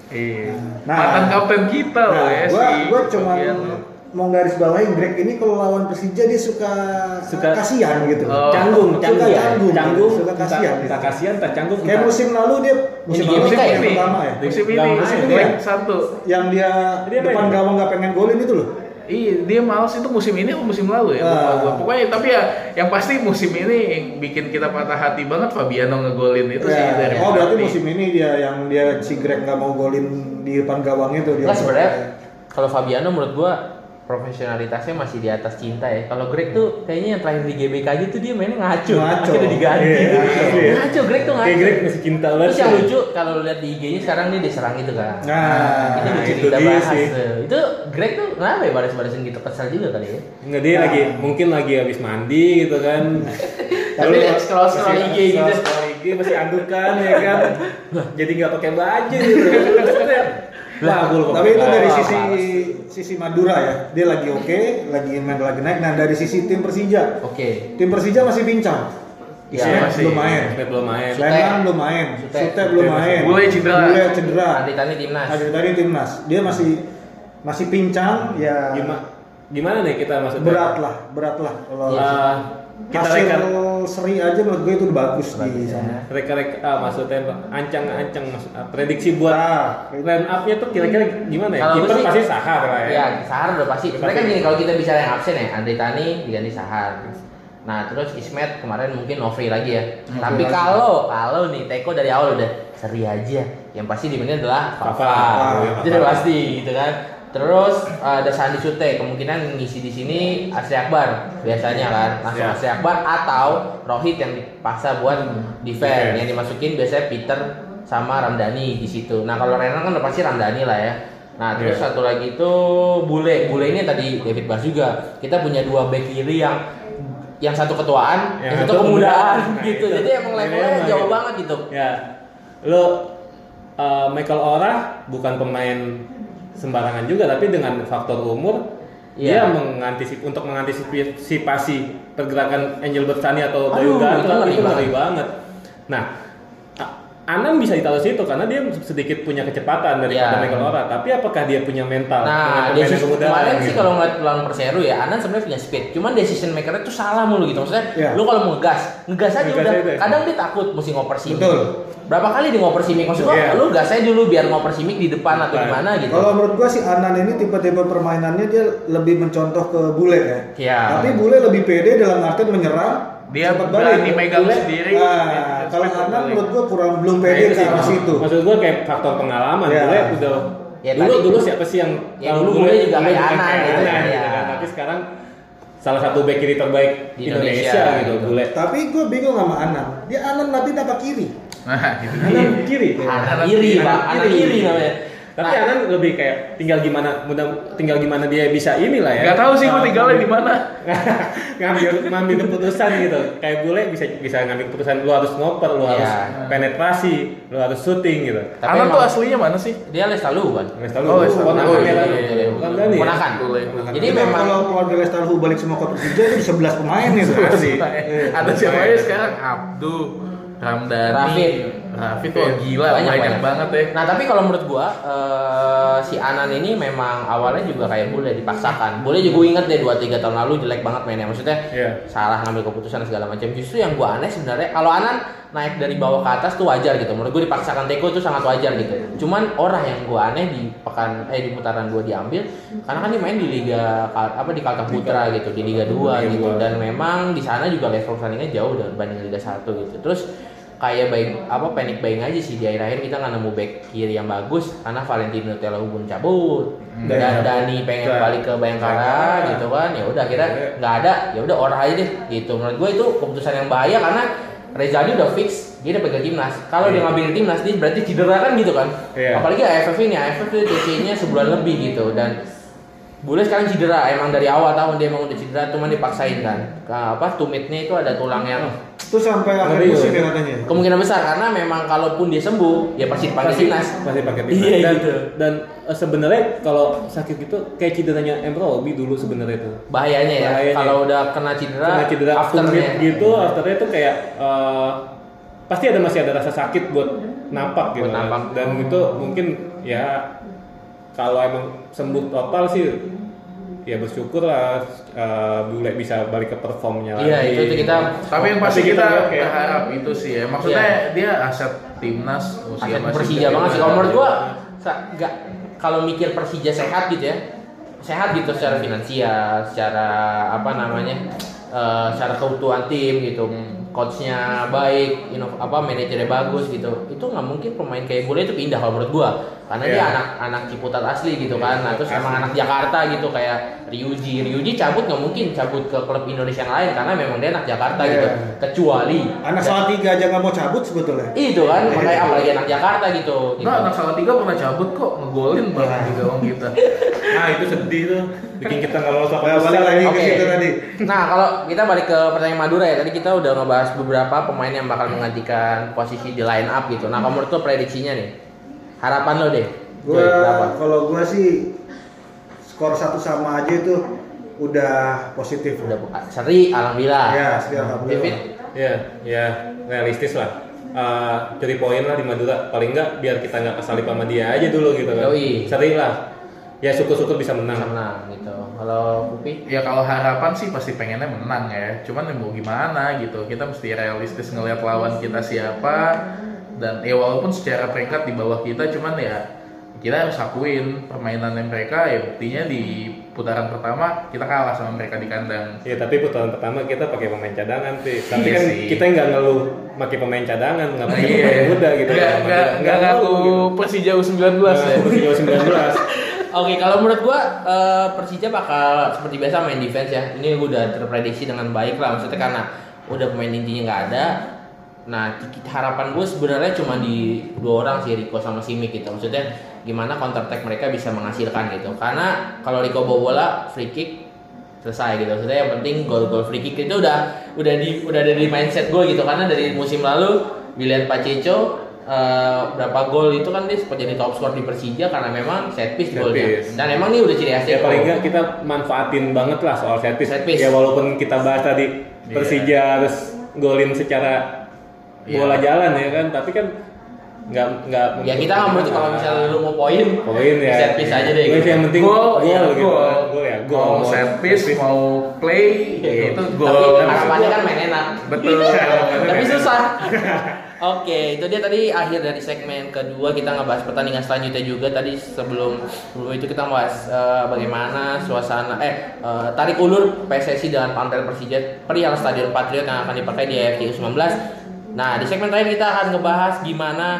Iya. Nah, mantan kapten kita loh ya gua cuma Fabiano. mau garis bawahin Greg ini kalau lawan Persija dia suka kasihan gitu. Oh. Canggung Suka suka kasihan. tak kasihan tak canggung. Kayak musim lalu dia musim lalu musim yang ini. pertama ya. Musim ini Musim ini leg ya? 1. Yang dia depan main. gawang nggak pengen golin itu loh. Iya, dia males itu musim ini atau musim lalu ya? Lupa gua. Pokoknya tapi ya yang pasti musim ini yang bikin kita patah hati banget Fabiano ngegolin itu sih dari Oh berarti pelatih. musim ini dia si Greg nggak mau golin di depan gawang itu dia. Nggak, sebenarnya kalau Fabiano menurut gua profesionalitasnya masih di atas cinta ya. Kalau Greg tuh kayaknya yang terakhir di GBK aja tuh dia mainnya ngaco. Akhirnya diganti. Iya, Ngaco, Greg tuh ngaco. Kayak Greg masih cinta banget. Terus yang lucu kalau lu lihat di IG-nya sekarang dia diserang gitu kan. Nah, itu lucu itu kita dia bahas sih. tuh. Itu Greg tuh kenapa ya balas-balasin gitu, kesel juga kali ya. Nggak, dia lagi mungkin lagi habis mandi gitu kan. Tapi lihat scroll IG gitu. Scroll IG masih andukan ya kan. Jadi nggak pakai baju gitu. Wah, tapi itu dari sisi Madura ya, dia lagi oke, lagi naik. Nah dari sisi tim Persija, tim Persija masih pincang. Ya, Ismet belum main, Sleman belum main, Sute belum main, Bule cedera. Aditani timnas, dia masih pincang ya. Gimana nih kita maksudnya? Berat lah kalau kita hasil seri aja menurut gue itu udah bagus di sana. Maksudnya ancang prediksi buat line up-nya tuh kira-kira gimana ya? Kalau Kiper sih- pasti Sahar lah ya. Iya, Sahar udah pasti. Sebenarnya kan gini, kalau kita bicara yang absen ya, Aditani diganti Sahar. Nah, terus Ismet kemarin mungkin Nofri lagi ya. Tapi kalau nih Teko dari awal udah seri aja. Yang pasti dimainin adalah Fafa. Itu udah pasti gitu kan. Terus ada Sandi Sute, kemungkinan ngisi di sini Asri Akbar biasanya kan, langsung Asri Akbar atau Rohit yang dipaksa buat defense. Yang dimasukin biasanya Peter sama Ramdhani di situ. Nah kalau Renan kan udah pasti Ramdhani lah ya. Nah terus satu lagi itu Bule ini tadi David Bas juga. Kita punya 2 back kiri yang satu ketuaan, yang satu kemudaan gitu. Jadi emang levelnya jauh banget gitu. Ya, Michael Orah bukan pemain sembarangan juga, tapi dengan faktor umur dia untuk mengantisipasi pergerakan Angel Bersani atau Bayu Gatra itu ngeri banget. Nah, Anan bisa ditaruh situ karena dia sedikit punya kecepatan daripada Michael Orah, tapi apakah dia punya mental? Nah, kemarin sih kalau ngeliat lawan Persero ya, Anan sebenarnya punya speed, cuman decision makernya tuh salah mulu gitu. Maksudnya, lu kalau mau ngegas aja udah. Kadang dia takut mesti ngoper Simic. Berapa kali dia ngoper Simic? Maksudnya, lu gas aja dulu biar ngoper Simic di depan atau gimana gitu. Kalau menurut gua si Anan ini tipe-tipe permainannya dia lebih mencontoh ke Bule ya. Iya. Tapi Bule lebih pede dalam artian menyerang. Dia berani megang sendiri. Nah, kalau Anan menurut gua belum pede ke arah situ. Maksud gua kayak faktor pengalaman. Bule udah dulu siapa sih yang Bule juga kayak Anan gitu kan. Tapi sekarang salah satu back kiri terbaik di Indonesia gitu Bule. Tapi gua bingung sama Anan. Dia Anan tapi tapak kiri. Nah, itu Anan kiri. Anan kiri namanya. Tapi Anan lebih kayak tinggal gimana dia bisa inilah ya. Gak tahu sih gua tinggalnya di mana. ngambil keputusan gitu. Kayak Bule bisa ngambil keputusan, lu harus ngoper, lu harus penetrasi, lu harus shooting gitu. Anan tuh aslinya mana sih? Dia Lestalu kan. Ponakan. Jadi memang kalau keluarga Lestalu balik semua ke Persija itu 11 pemain itu. Ada siapa aja sekarang? Abduh, Ramdhani, Rafid tuh gila, banyak banget ya. Nah tapi kalau menurut gua si Anan ini memang awalnya juga kayak Bule dipaksakan. Bule juga inget deh 2-3 tahun lalu jelek banget mainnya. Maksudnya salah ngambil keputusan segala macam. Justru yang gua aneh sebenarnya kalau Anan naik dari bawah ke atas tuh wajar gitu. Menurut gua dipaksakan Teko tuh sangat wajar gitu. Cuman orang yang gua aneh di putaran 2 diambil karena kan dia main di Liga di Kalteng Putra gitu, di Liga 2 gitu. Dan memang di sana juga level pertandingannya jauh dibanding Liga 1 gitu. Terus kayak panic buying aja sih di akhir-akhir kita nggak nemu back kiri yang bagus karena Valentino Telahubun cabut dan Dani pengen balik ke Bayangkara gitu kan, ya udah akhirnya nggak ada, ya udah Orah aja deh gitu. Menurut gue itu keputusan yang bahaya karena Rezadi udah fix dia udah pegang timnas. Kalau dia ngambil timnas dia berarti cedera kan gitu kan, apalagi AFF ini DC-nya sebulan lebih gitu. Dan Bule sekarang cedera, emang dari awal tahun dia emang udah cedera, cuman dipaksain kan. Tumitnya itu ada tulang yang itu sampai akhir musim ya katanya. Kemungkinan besar karena memang kalaupun dia sembuh, ya pasti dipakai timnas. Pasti pakai timnas. Iya, dan sebenarnya kalau sakit gitu kayak cederanya Robi dulu sebenarnya itu. Bahayanya ya. Kalau udah kena cedera afternya gitu, afternya itu kayak pasti masih ada rasa sakit buat napak gitu. Dan itu mungkin ya kalau emang sembuh total sih ya bersyukur lah Bule bisa balik ke performnya lagi. Iya itu kita. Tapi yang pasti kita berharap itu sih ya. Maksudnya dia aset timnas usia aset Persija banget sih. Kalau menurut gua nggak, kalau mikir Persija sehat gitu ya, sehat gitu secara finansial, secara apa namanya, secara keutuhan tim gitu. Coachnya baik, manajernya bagus gitu, itu nggak mungkin pemain kayak Bule itu pindah kalau menurut gua, karena dia anak Ciputat asli gitu kan. Nah terus emang anak Jakarta gitu kayak Ryuji cabut nggak mungkin cabut ke klub Indonesia yang lain karena memang dia anak Jakarta gitu, kecuali anak Salatiga aja nggak mau cabut sebetulnya. Itu kan makanya apalagi anak Jakarta gitu. Nah anak Salatiga pernah cabut kok, ngegolin bahkan di gawang kita. Nah itu sedih tuh, bikin kita nggak lolos apa balik lagi ke situ tadi. Nah kalau kita balik ke pertanyaan Madura ya, tadi kita udah ngebahas beberapa pemain yang bakal menggantikan posisi di line up gitu. Nah kamu tuh prediksinya nih, harapan lo deh. Kalau gua sih skor 1 sama aja itu udah positif. Udah seri, alhamdulillah. Ya, seri alhamdulillah. Ya realistis lah. Curi poin lah di Madura, paling enggak biar kita nggak kesalip sama dia aja dulu gitu kan. Seri lah. Ya syukur-syukur bisa menang gitu. Kalau Pupi? Ya kalau harapan sih pasti pengennya menang ya. Cuman mau gimana gitu. Kita mesti realistis ngelihat lawan kita siapa. Dan ya walaupun secara peringkat di bawah kita, cuman ya kita harus akuin permainannya mereka ya, buktinya di putaran pertama kita kalah sama mereka di kandang. Ya tapi putaran pertama kita pakai pemain cadangan sih. Tapi kan kita nggak ngeluh pakai pemain cadangan, nggak pakai pemain muda gitu. Nggak ngaku Persija U19 ya. Persija U19. Oke, kalau menurut gua Persija bakal seperti biasa main defense ya. Ini udah terprediksi dengan baik lah, maksudnya karena udah pemain intinya nggak ada. Nah, harapan gue sebenarnya cuma di 2 orang sih, Rico sama Simic gitu. Maksudnya gimana counter attack mereka bisa menghasilkan gitu. Karena kalau Rico bawa bola free kick selesai gitu. Maksudnya yang penting gol free kick itu udah ada di mindset gue gitu. Karena dari musim lalu William Pacheco berapa gol itu kan dia sempat jadi top skor di Persija karena memang set piece golnya. Dan emang ini udah ciri khasnya. Ya paling enggak kita manfaatin banget lah soal set piece. Ya walaupun kita bahas tadi Persija harus golin secara bola jalan ya kan, tapi kan nggak ya kita nggak menurut kalau misalnya lu mau poin ya set piece aja deh gitu. Yang penting gol gitu. Mau set piece mau play itu gol. Tapi harapannya kan main enak. Betul. Tapi susah. Oke, itu dia tadi akhir dari segmen kedua. Kita ngebahas pertandingan selanjutnya juga. Tadi sebelum itu kita bahas bagaimana suasana tarik ulur PSSI dengan panpel Persija perihal Stadion Patriot yang akan dipakai di AFC U19. Nah, di segmen terakhir kita akan ngebahas gimana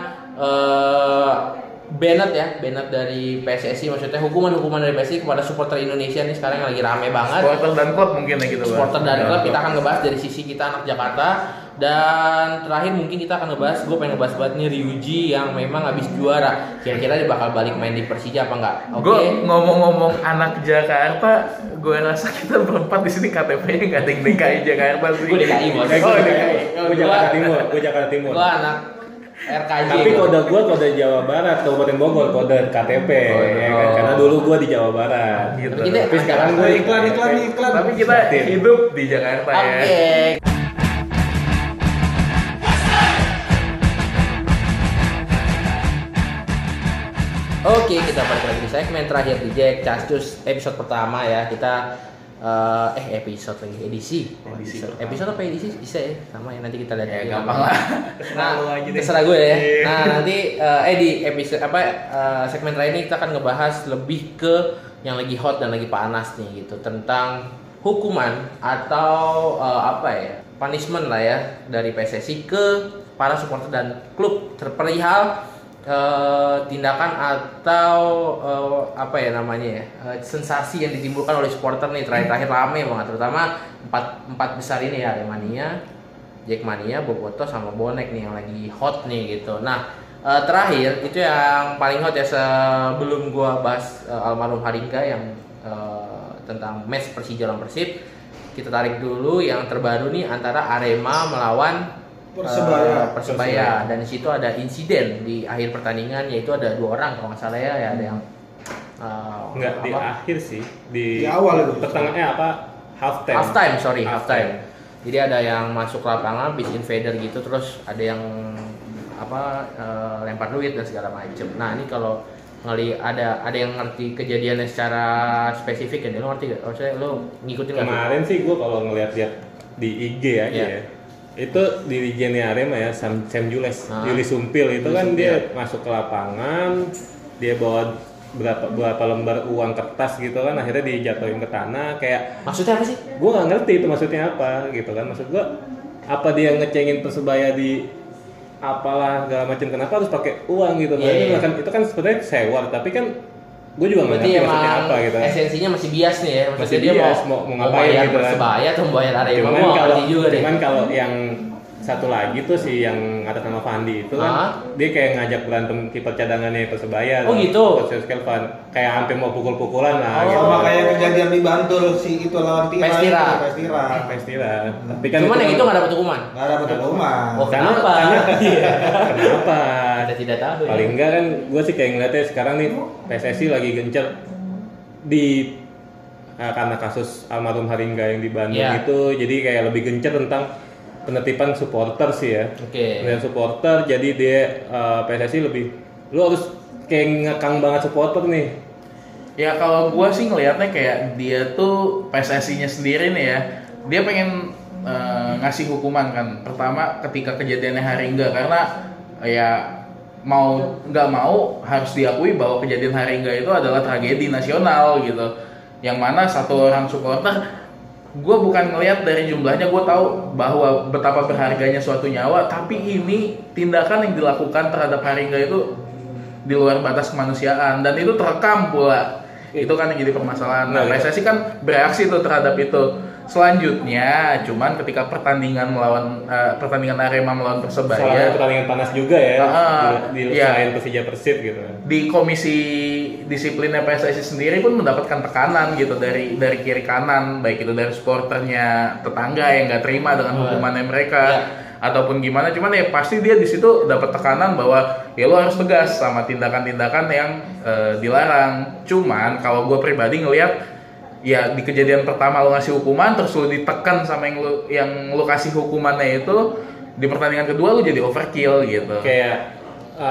Bennett dari PSSI, maksudnya hukuman dari PSSI kepada supporter Indonesia nih sekarang yang lagi rame banget. Supporter dan klub mungkin ya gitu. Supporter dan klub kita akan ngebahas dari sisi kita anak Jakarta. Dan terakhir mungkin kita akan ngebahas, gue pengen ngebahas banget nih Ryuji yang memang habis juara. Kira-kira dia bakal balik main di Persija apa enggak? Gue ngomong-ngomong anak Jakarta, gue rasa kita berempat di sini KTP-nya nggak ada yang DKI Jakarta sih. Gue DKI bos. Gue Jakarta Timur. Gue anak RKJ. Tapi kode Jawa Barat, Kabupaten Bogor, kode KTP ya kan? Karena dulu gue di Jawa Barat. Gitu. Tapi sekarang gue iklan. Tapi kita hidup di Jakarta ya. Oke. Oke, kita balik lagi di segmen terakhir di Jack Cascus episode pertama ya. Kita episode lagi episode apa edisi bisa ya, sama ya, nanti kita lihat ya, gampang lah. Nah, terserah gue ya. Nah, nanti di episode segmen terakhir ini kita akan ngebahas lebih ke yang lagi hot dan lagi panas nih gitu, tentang hukuman atau punishment lah ya dari PSSI ke para supporter dan klub perihal tindakan atau sensasi yang ditimbulkan oleh supporter nih terakhir rame banget, terutama empat besar ini ya, Aremania, Jackmania, Bobotoh sama Bonek nih yang lagi hot nih gitu. Nah terakhir itu yang paling hot ya, sebelum gua bahas almarhum Haringga yang tentang match Persija lawan Persib, kita tarik dulu yang terbaru nih antara Arema melawan Persebaya. Dan di situ ada insiden di akhir pertandingan, yaitu ada 2 orang kalau nggak salah ya, ada yang di akhir sih, di awal itu pertengahannya half time. Half time. Jadi ada yang masuk lapangan bis invader gitu, terus ada yang lempar duit dan segala macem. Nah ini kalau ada yang ngerti kejadiannya secara spesifik ya, lo ngerti gak? Maksudnya lo ngikutin nggak? Kemarin sih gue kalau ngeliat-liat di IG ya, itu di IG-nya Arema ya, Sam Jules, Juli Sumpil itu kan dia masuk ke lapangan, dia bawa berapa lembar uang kertas gitu kan, akhirnya dijatuhin ke tanah. Kayak maksudnya apa sih? Gue nggak ngerti itu maksudnya apa gitu kan. Maksud gue apa dia ngecengin Persebaya di apalah segala macam, kenapa harus pakai uang gitu? Itu kan sebenarnya sewa, tapi kan gue juga nggak ngerti maksudnya apa gitu. Esensinya masih bias nih ya, masih dia bias, mau ngapain gitu kan? Persebaya atau bayar Arema, cuman kalau yang satu lagi tuh si yang atas nama Fandi itu kan dia kayak ngajak berantem kiper cadangannya Persebaya. Oh gitu. Coach Kelvin kayak hampir mau pukul-pukulan lah. Gitu. Sama kayak kejadian di Bantul si itu lawan Pestira. Tapi kan cuman yang itu nggak dapat hukuman. Nggak dapat hukuman. Oh kenapa? Kenapa? Kita tidak tahu. Paling enggak kan gue sih kayak ngeliatnya sekarang nih PSSI lagi gencar di karena kasus almarhum Haringga yang di Bandung itu, jadi kayak lebih gencar tentang penertiban supporter sih ya. Dan supporter, jadi dia PSSI lebih, lu harus kayak ngekang banget supporter nih. Ya kalau gua sih ngelihatnya kayak dia tuh PSSI-nya sendiri nih ya, dia pengen ngasih hukuman kan. Pertama ketika kejadiannya Haringga, karena ya mau nggak mau harus diakui bahwa kejadian Haringga itu adalah tragedi nasional gitu. Yang mana satu orang supporter, gue bukan ngelihat dari jumlahnya, gue tahu bahwa betapa berharganya suatu nyawa, tapi ini tindakan yang dilakukan terhadap Haringga itu di luar batas kemanusiaan dan itu terekam pula. Itu kan yang jadi permasalahan. Nah, PSSI kan bereaksi tuh terhadap itu. Selanjutnya, cuman ketika pertandingan Arema melawan Persebaya, soalnya pertandingan panas juga ya, di selain Persija Persib gitu. Di komisi disiplinnya PSSI sendiri pun mendapatkan tekanan gitu dari kiri kanan, baik itu dari supporternya tetangga yang nggak terima dengan hukumannya mereka, ataupun gimana. Cuman ya pasti dia di situ dapat tekanan bahwa ya lo harus tegas sama tindakan-tindakan yang dilarang. Cuman kalau gue pribadi ngelihat, ya di kejadian pertama lo ngasih hukuman, terus lo ditekan sama yang lo kasih hukumannya itu, di pertandingan kedua lo jadi overkill gitu. Kayak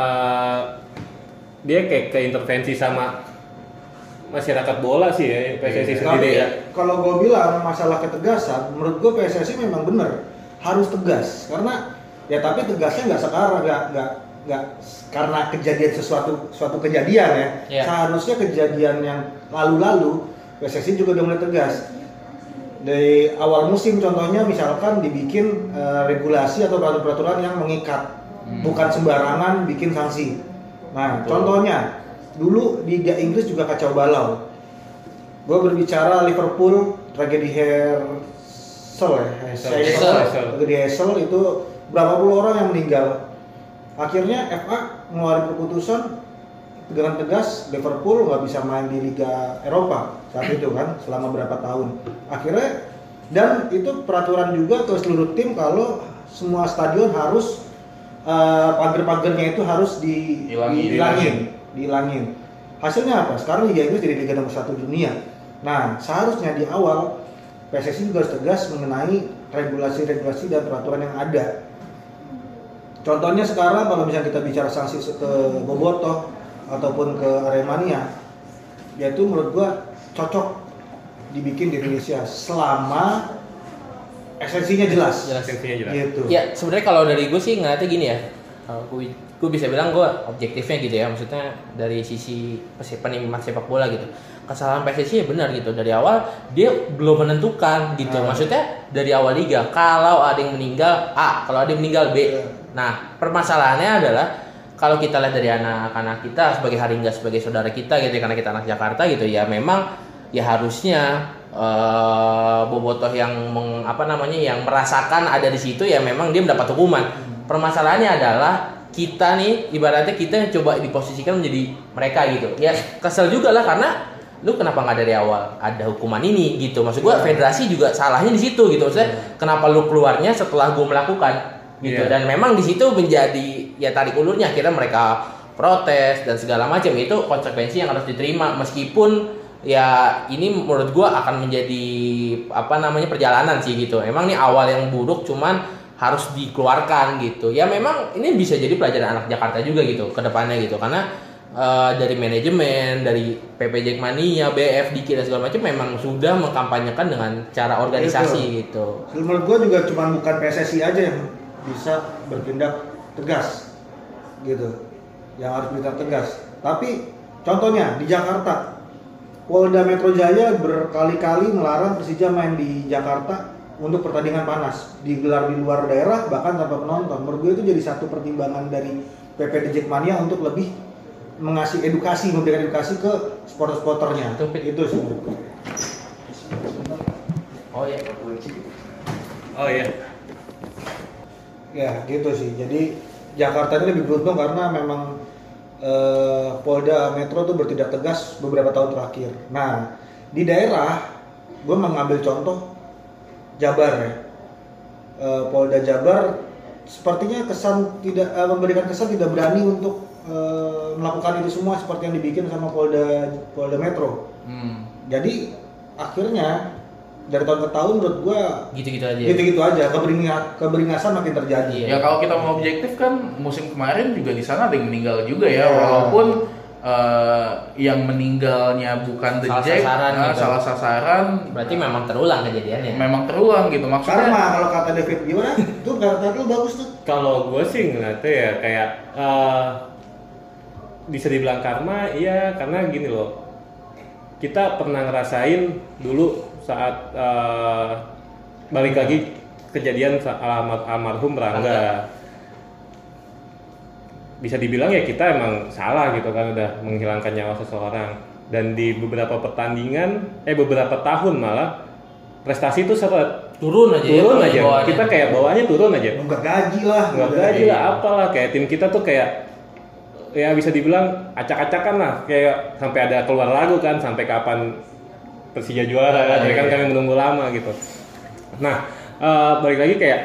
dia kayak keintervensi sama masyarakat bola sih ya, PSSI sendiri ya. Kalau gue bilang masalah ketegasan, menurut gue PSSI memang benar harus tegas, karena ya tapi tegasnya nggak sekarang, nggak karena kejadian suatu kejadian ya. Seharusnya kejadian yang lalu-lalu PSSI juga udah mulai tegas dari awal musim. Contohnya misalkan dibikin regulasi atau peraturan yang mengikat, bukan sembarangan bikin sanksi. Nah, contohnya dulu Liga Inggris juga kacau balau. Gue berbicara Liverpool, tragedi Hassel itu berapa puluh orang yang meninggal. Akhirnya FA ngeluarin keputusan dengan tegas, Liverpool nggak bisa main di Liga Eropa saat itu kan, selama berapa tahun. Akhirnya, dan itu peraturan juga ke seluruh tim kalau semua stadion harus pagar-pagarnya itu harus dihilangin. Hasilnya apa? Sekarang Liga Inggris jadi Liga nomor 1 dunia. Nah, seharusnya di awal PSSI juga harus tegas mengenai regulasi-regulasi dan peraturan yang ada. Contohnya sekarang kalau misalnya kita bicara sanksi ke Bobotoh ataupun ke Aremania, yaitu menurut gua cocok dibikin di Indonesia selama esensinya jelas. Gitu. Ya sebenarnya kalau dari gue sih ngeliatnya gini ya, gue bisa bilang gue objektifnya gitu ya, maksudnya dari sisi penikmat sepak bola gitu. Kesalahan PSSI ya benar gitu, dari awal dia belum menentukan gitu. Maksudnya dari awal liga kalau ada yang meninggal A, kalau ada yang meninggal B. Nah permasalahannya adalah kalau kita lihat dari anak-anak kita sebagai Haringga, sebagai saudara kita gitu, karena kita anak Jakarta gitu ya, memang ya harusnya Bobotoh yang yang merasakan ada di situ ya memang dia mendapat hukuman. Permasalahannya adalah kita nih, ibaratnya kita yang coba diposisikan menjadi mereka gitu. Ya kesel juga lah, karena lu kenapa nggak dari awal ada hukuman ini gitu. Maksud gua federasi juga salahnya di situ gitu. Maksudnya kenapa lu keluarnya setelah gua melakukan gitu. Dan memang di situ menjadi ya tarik ulurnya, akhirnya mereka protes dan segala macam. Itu konsekuensi yang harus diterima, meskipun ya ini menurut gue akan menjadi perjalanan sih gitu. Emang ini awal yang buruk, cuman harus dikeluarkan gitu. Ya memang ini bisa jadi pelajaran anak Jakarta juga gitu ke depannya gitu, karena dari manajemen, dari PP Jackmania, BF, Diki dan segala macam memang sudah mengkampanyekan dengan cara organisasi gitu. Menurut gue juga cuma bukan PSSI aja yang bisa bertindak tegas gitu, yang harus bertindak tegas. Tapi contohnya di Jakarta, Polda Metro Jaya berkali-kali melarang Persija main di Jakarta untuk pertandingan panas, digelar di luar daerah bahkan tanpa penonton. Menurut gue itu jadi satu pertimbangan dari PPD Jackmania untuk lebih memberikan edukasi ke supporter-supporternya. Itu sih. Oh iya. Ya gitu sih. Jadi Jakarta ini lebih beruntung karena memang Polda Metro tuh bertindak tegas beberapa tahun terakhir. Nah di daerah, gue mengambil contoh Jabar ya. Polda Jabar sepertinya memberikan kesan tidak berani untuk melakukan itu semua seperti yang dibikin sama Polda Metro. Jadi akhirnya dari tahun ke tahun menurut gua gitu-gitu aja keberingasan makin terjadi. Ya kalau kita mau objektif kan musim kemarin juga di sana ada yang meninggal juga ya, walaupun yang meninggalnya bukan The Jack, salah sasaran. Berarti memang terulang kejadiannya. Memang terulang gitu maksudnya. Karma kalau kata David gimana? Tuh kata lu bagus tuh. Kalau gue sih ngeliatnya ya kayak bisa dibilang karma, iya, karena gini loh, kita pernah ngerasain dulu saat balik lagi kejadian almarhum Rangga. Bisa dibilang ya kita emang salah gitu kan, udah menghilangkan nyawa seseorang, dan di beberapa pertandingan beberapa tahun malah prestasi itu turun aja. Kita kayak bawahnya turun aja. Nggak gaji lah, apalah, kayak tim kita tuh kayak ya bisa dibilang acak-acakan lah, kayak sampai ada keluar lagu kan, sampai kapan Persija juara kan, kan kami menunggu lama gitu. Nah balik lagi kayak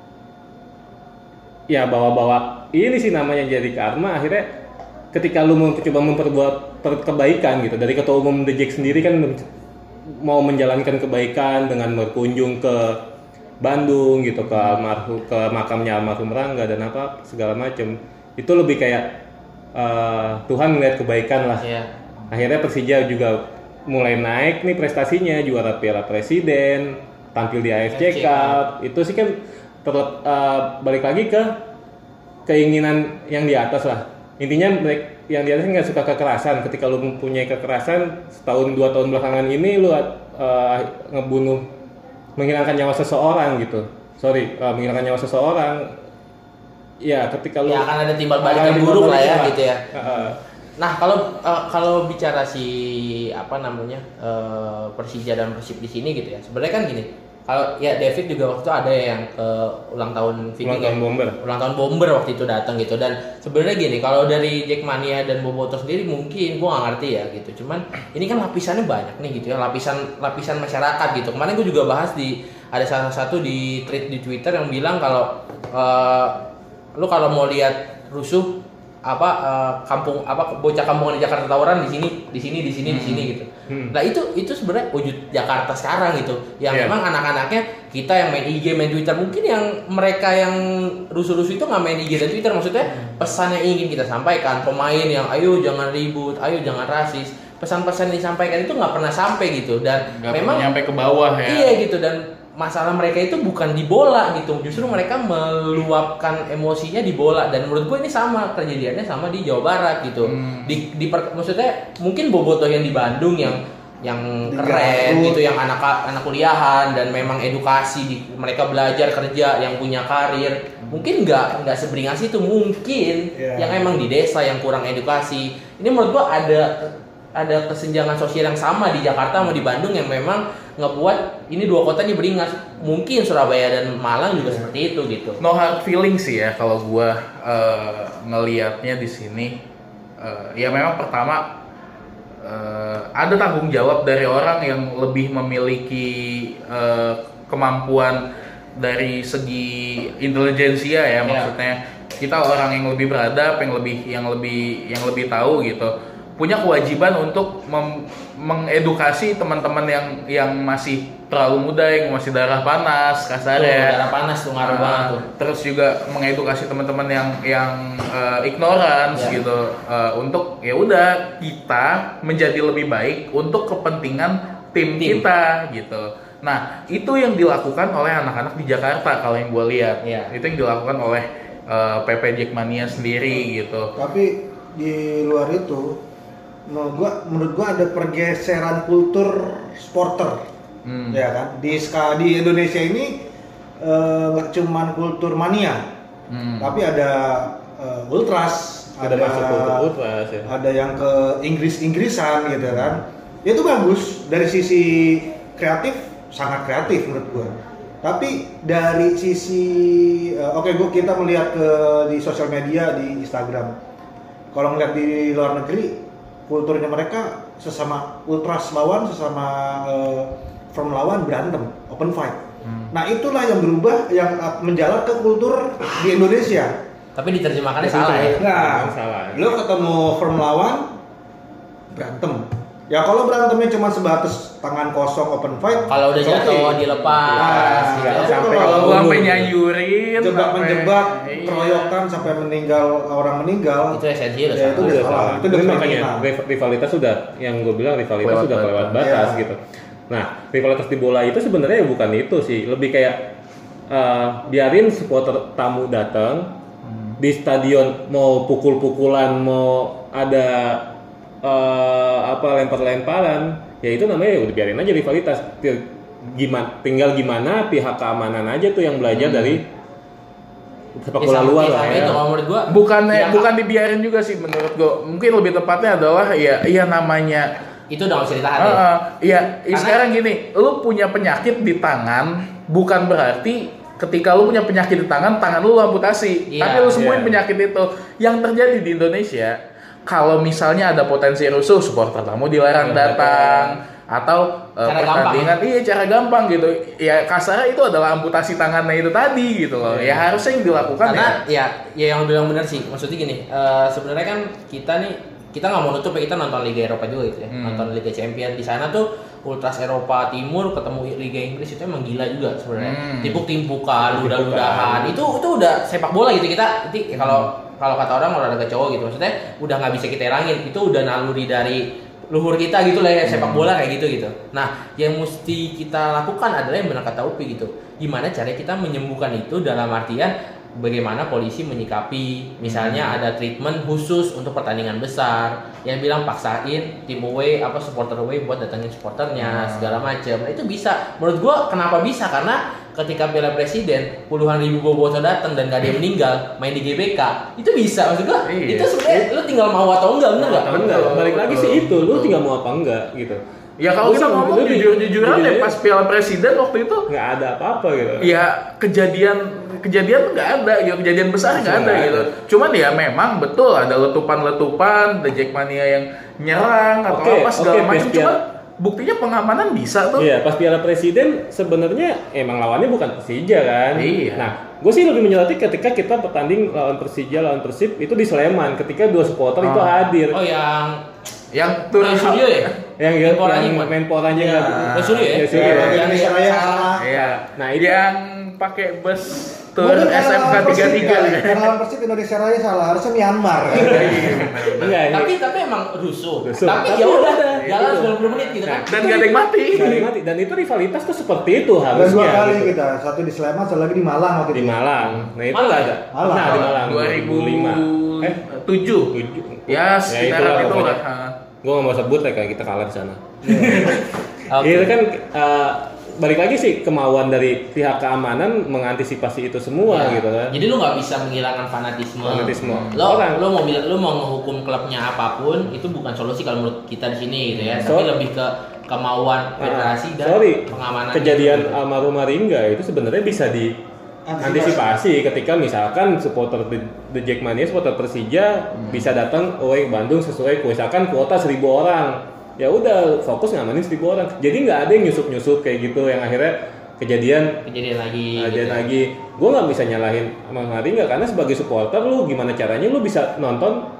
ya bawa ini sih namanya jadi karma. Akhirnya ketika lu mencoba memperbuat kebaikan gitu, dari ketua umum The Jack sendiri kan mau menjalankan kebaikan dengan berkunjung ke Bandung gitu, ke makamnya almarhum Rangga dan apa segala macem, itu lebih kayak Tuhan melihat kebaikan lah. Akhirnya Persija juga mulai naik nih prestasinya, juara Piala Presiden, tampil di AFC Cup. Itu sih kan balik lagi ke keinginan yang di atas lah. Intinya yang di atas nggak suka kekerasan. Ketika lu mempunyai kekerasan, setahun 2 tahun belakangan ini lu menghilangkan nyawa seseorang gitu. Menghilangkan nyawa seseorang. Ya ketika lu akan ada timbal balik yang buruk lah ya gitu ya. Nah kalau bicara Persija dan Persib di sini gitu ya, sebenarnya kan gini, kalau ya David juga waktu itu ada yang ke ulang tahun Bomber waktu itu datang gitu, dan sebenarnya gini, kalau dari Jackmania dan Boboto sendiri mungkin gua nggak ngerti ya gitu, cuman ini kan lapisannya banyak nih gitu ya, lapisan masyarakat gitu. Kemarin gua juga bahas ada salah satu di tweet di Twitter yang bilang kalau lu kalau mau lihat rusuh bocah kampungan di Jakarta tawuran di sini gitu. Nah itu sebenarnya wujud Jakarta sekarang gitu, yang memang anak-anaknya kita yang main IG, main Twitter, mungkin yang mereka yang rusuh-rusuh itu nggak main IG dan Twitter, maksudnya pesan yang ingin kita sampaikan, pemain yang ayo jangan ribut, ayo jangan rasis, pesan-pesan yang disampaikan itu nggak pernah sampai gitu, dan nggak memang nyampe ke bawah ya. Iya gitu, dan masalah mereka itu bukan di bola gitu, justru mereka meluapkan emosinya di bola, dan menurut gue ini sama kejadiannya sama di Jawa Barat gitu. Maksudnya mungkin Boboto yang di Bandung yang keren gitu, yang anak kuliahan dan memang edukasi mereka belajar kerja, yang punya karir, mungkin nggak seberingas itu mungkin yang emang di desa yang kurang edukasi. Ini menurut gue ada kesenjangan sosial yang sama di Jakarta sama di Bandung, yang memang ngebuat ini dua kota ini beringas. Mungkin Surabaya dan Malang juga seperti itu gitu. No hard feelings sih ya kalau gua ngelihatnya di sini. Ya memang pertama ada tanggung jawab dari orang yang lebih memiliki kemampuan dari segi intelijensia ya, maksudnya kita orang yang lebih beradab, yang lebih tahu gitu. punya kewajiban untuk mengedukasi teman-teman yang masih terlalu muda, yang masih darah panas kasarnya. Darah panas tuh ngaruh banget tuh. Terus juga mengedukasi teman-teman yang ignorance gitu, untuk ya udah kita menjadi lebih baik untuk kepentingan tim kita gitu. Nah, itu yang dilakukan oleh anak-anak di Jakarta kalau yang gue lihat. Itu yang dilakukan oleh PP Jackmania sendiri gitu. Tapi di luar itu menurut gua ada pergeseran kultur supporter. Ya kan? Di Indonesia ini nggak cuman kultur mania. Tapi ada ultras, ada ultras ya. Ada yang ke Inggris-Inggrisan gitu kan. Itu bagus dari sisi kreatif, sangat kreatif menurut gua. Tapi dari sisi kita melihat di sosial media, di Instagram. Kalau ngeliat di luar negeri, kulturnya mereka sesama ultras lawan, sesama firm lawan berantem, open fight. Nah itulah yang berubah, yang menjalar ke kultur di Indonesia. Tapi diterjemahkannya salah ya? Nah, salah. Lo ketemu firm lawan, berantem. Ya kalau berantemnya cuma sebatas tangan kosong open fight. Kalau udah jatuh dilepas, sampai nyayurin, menjebak, keroyokan sampai orang meninggal. Itu esensi udah ya, itu udah salah. Itu udah makanya rivalitas sudah, yang gue bilang rivalitas sudah lewat batas gitu. Nah, rivalitas di bola itu sebenarnya bukan itu sih, lebih kayak biarin supporter tamu datang di stadion, mau pukul-pukulan, mau ada lempar-lemparan, ya itu namanya udah biarin aja rivalitas. Tinggal gimana pihak keamanan aja tuh yang belajar dari sepak bola luar lah ya. Itu menurut gua bukan dibiarin juga sih menurut gua. Mungkin lebih tepatnya adalah ya namanya itu udah harus ditahan ya. Sekarang gini, lu punya penyakit di tangan bukan berarti ketika lu punya penyakit di tangan lu amputasi. Tapi lu sembuhin penyakit itu. Yang terjadi di Indonesia, kalau misalnya ada potensi rusuh, supporter tamu dilarang datang, atau pertandingan cara gampang gitu. Ya kasarnya itu adalah amputasi tangannya itu tadi gitu loh. Ya harusnya yang dilakukan karena ya yang bilang benar sih. Maksudnya gini, sebenarnya kan kita nggak mau nutup ya, kita nonton Liga Eropa juga gitu ya. Nonton Liga Champions di sana tuh Ultras Eropa Timur ketemu Liga Inggris itu emang gila juga sebenarnya. Timpuk-timpukan, ludah-ludahan. Itu udah sepak bola gitu. Kita kalau kata orang olahraga cowok gitu, maksudnya udah nggak bisa kita hilangin, itu udah naluri dari luhur kita gitu lah ya, sepak bola kayak gitu. Nah, yang mesti kita lakukan adalah yang benar kata Upi gitu, gimana caranya kita menyembuhkan itu, dalam artian bagaimana polisi menyikapi, misalnya ada treatment khusus untuk pertandingan besar, yang bilang paksain tim away supporter away buat datangin supporternya segala macam. Nah, itu bisa, menurut gua kenapa bisa, karena ketika Piala Presiden puluhan ribu bobotoh datang dan gak ada yang meninggal main di GBK, itu bisa, maksud gua itu sebenarnya lu tinggal mau atau enggak, bener gak? Bener, balik lagi sih itu, lu tinggal mau apa enggak gitu. Ya kalau kita ngomong jujur-jujuran ya, pas Piala Presiden waktu itu nggak ada apa-apa gitu. Ya kejadian nggak ada, ya kejadian besar nggak ada gitu. Cuman ya memang betul ada letupan-letupan, ada Jackmania yang nyerang atau apa segala macam. Cuma buktinya pengamanan bisa tuh. Iya, pas Piala Presiden sebenarnya emang lawannya bukan Persija kan. Iya. Nah, gue sih lebih menyoroti ketika kita bertanding lawan Persija, lawan Persib itu di Sleman, ketika dua supporter itu hadir. Oh, yang turun studio ya? Yang Menporanya nggak studio ya? Indonesia Raya salah. Iya. Nah, itu yang pakai bus tur SMK 33 karena Persib Indonesia Raya salah, harusnya Myanmar. Enggak, tapi emang rusuh. Tapi ya udah jalan 90 menit gitu kan. Dan nggak ada yang mati. Dan itu rivalitas tuh seperti itu Dan harusnya. dua kali gitu. kita, satu di Sleman, satu lagi di Malang waktu itu. Di Malang. Nah, itu nggak ada. Malang. Nah, di Malang 2007. Ya, sekitaran itu lah. Gue nggak mau sebut ya, kayak kita kalah di sana. Oke. Itu kan balik lagi sih kemauan dari pihak keamanan mengantisipasi itu semua gitu kan. Jadi lu nggak bisa menghilangkan fanatisme. Lo mau bilang lu mau menghukum klubnya apapun, itu bukan solusi kalau menurut kita di sini gitu ya. Tapi lebih ke kemauan federasi dan pengamanan. Kejadian almarhum Maringga itu sebenarnya bisa diantisipasi ketika misalkan supporter The Jackmania, supporter Persija bisa datang away Bandung sesuai misalkan kuota 1.000 orang. Ya udah fokus ngamanin 1.000 orang. Jadi nggak ada yang nyusup kayak gitu yang akhirnya kejadian lagi. Gue nggak bisa nyalahin Maringga karena sebagai supporter lu gimana caranya lu bisa nonton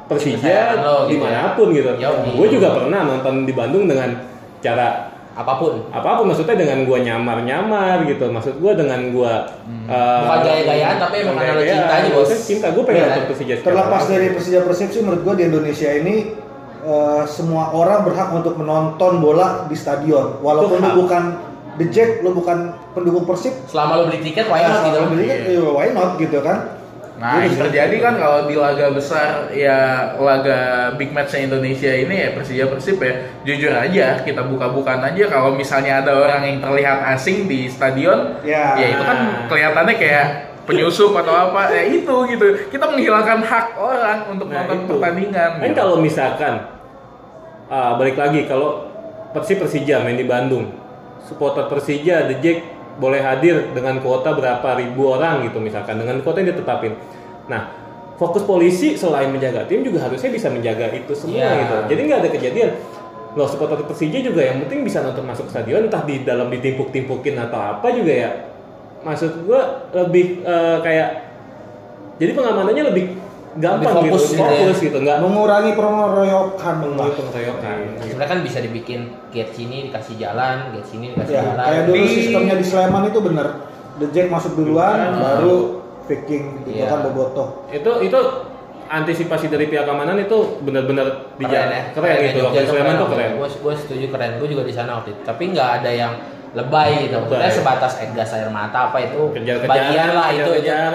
Persija dimanapun gitu. Gue juga pernah nonton di Bandung dengan cara apapun maksudnya dengan gue nyamar gitu, maksud gue dengan gue bukan gaya-gayaan tapi emang karena cinta aja bos. Cinta gue pengen nonton Persija. Terlepas dari Persija Persib sih, menurut gue di Indonesia ini semua orang berhak untuk menonton bola di stadion, walaupun lu bukan The Jack, lu bukan pendukung Persib. Selama lu beli tiket, why not gitu? Why not gitu kan? Nah, yang terjadi kan kalau di laga besar ya laga big match-nya Indonesia ini ya Persija Persib ya, jujur aja kita buka-bukaan aja kalau misalnya ada orang yang terlihat asing di stadion, ya itu kan kelihatannya kayak penyusup atau apa, ya itu gitu. Kita menghilangkan hak orang untuk nonton pertandingan. Kan gitu. Kalau misalkan balik lagi kalau Persija main di Bandung, supporter Persija The Jack boleh hadir dengan kuota berapa ribu orang gitu misalkan, dengan kuota yang ditetapin. Nah, fokus polisi selain menjaga tim juga harusnya bisa menjaga itu semua gitu. Jadi nggak ada kejadian loh supporter Persija juga yang penting bisa nonton masuk stadion, entah di dalam ditimpuk-timpukin atau apa juga ya. Maksud gua lebih kayak jadi pengamanannya lebih gampang lebih fokus gitu, nggak mengurangi pengeroyokan. Sebenarnya kan bisa dibikin gate sini dikasih jalan, gate sini dikasih jalan. Kayak dulu sistemnya di Sleman itu bener, The Jack masuk duluan, baru Viking gitu kan Bobotoh. Itu antisipasi dari pihak keamanan itu benar-benar keren gitu. Waktu Sleman tuh keren. Gue setuju keren. Gue juga di sana waktu itu. Tapi nggak ada yang lebay gitu. Maksudnya sebatas gas air mata apa itu bagian lah itu.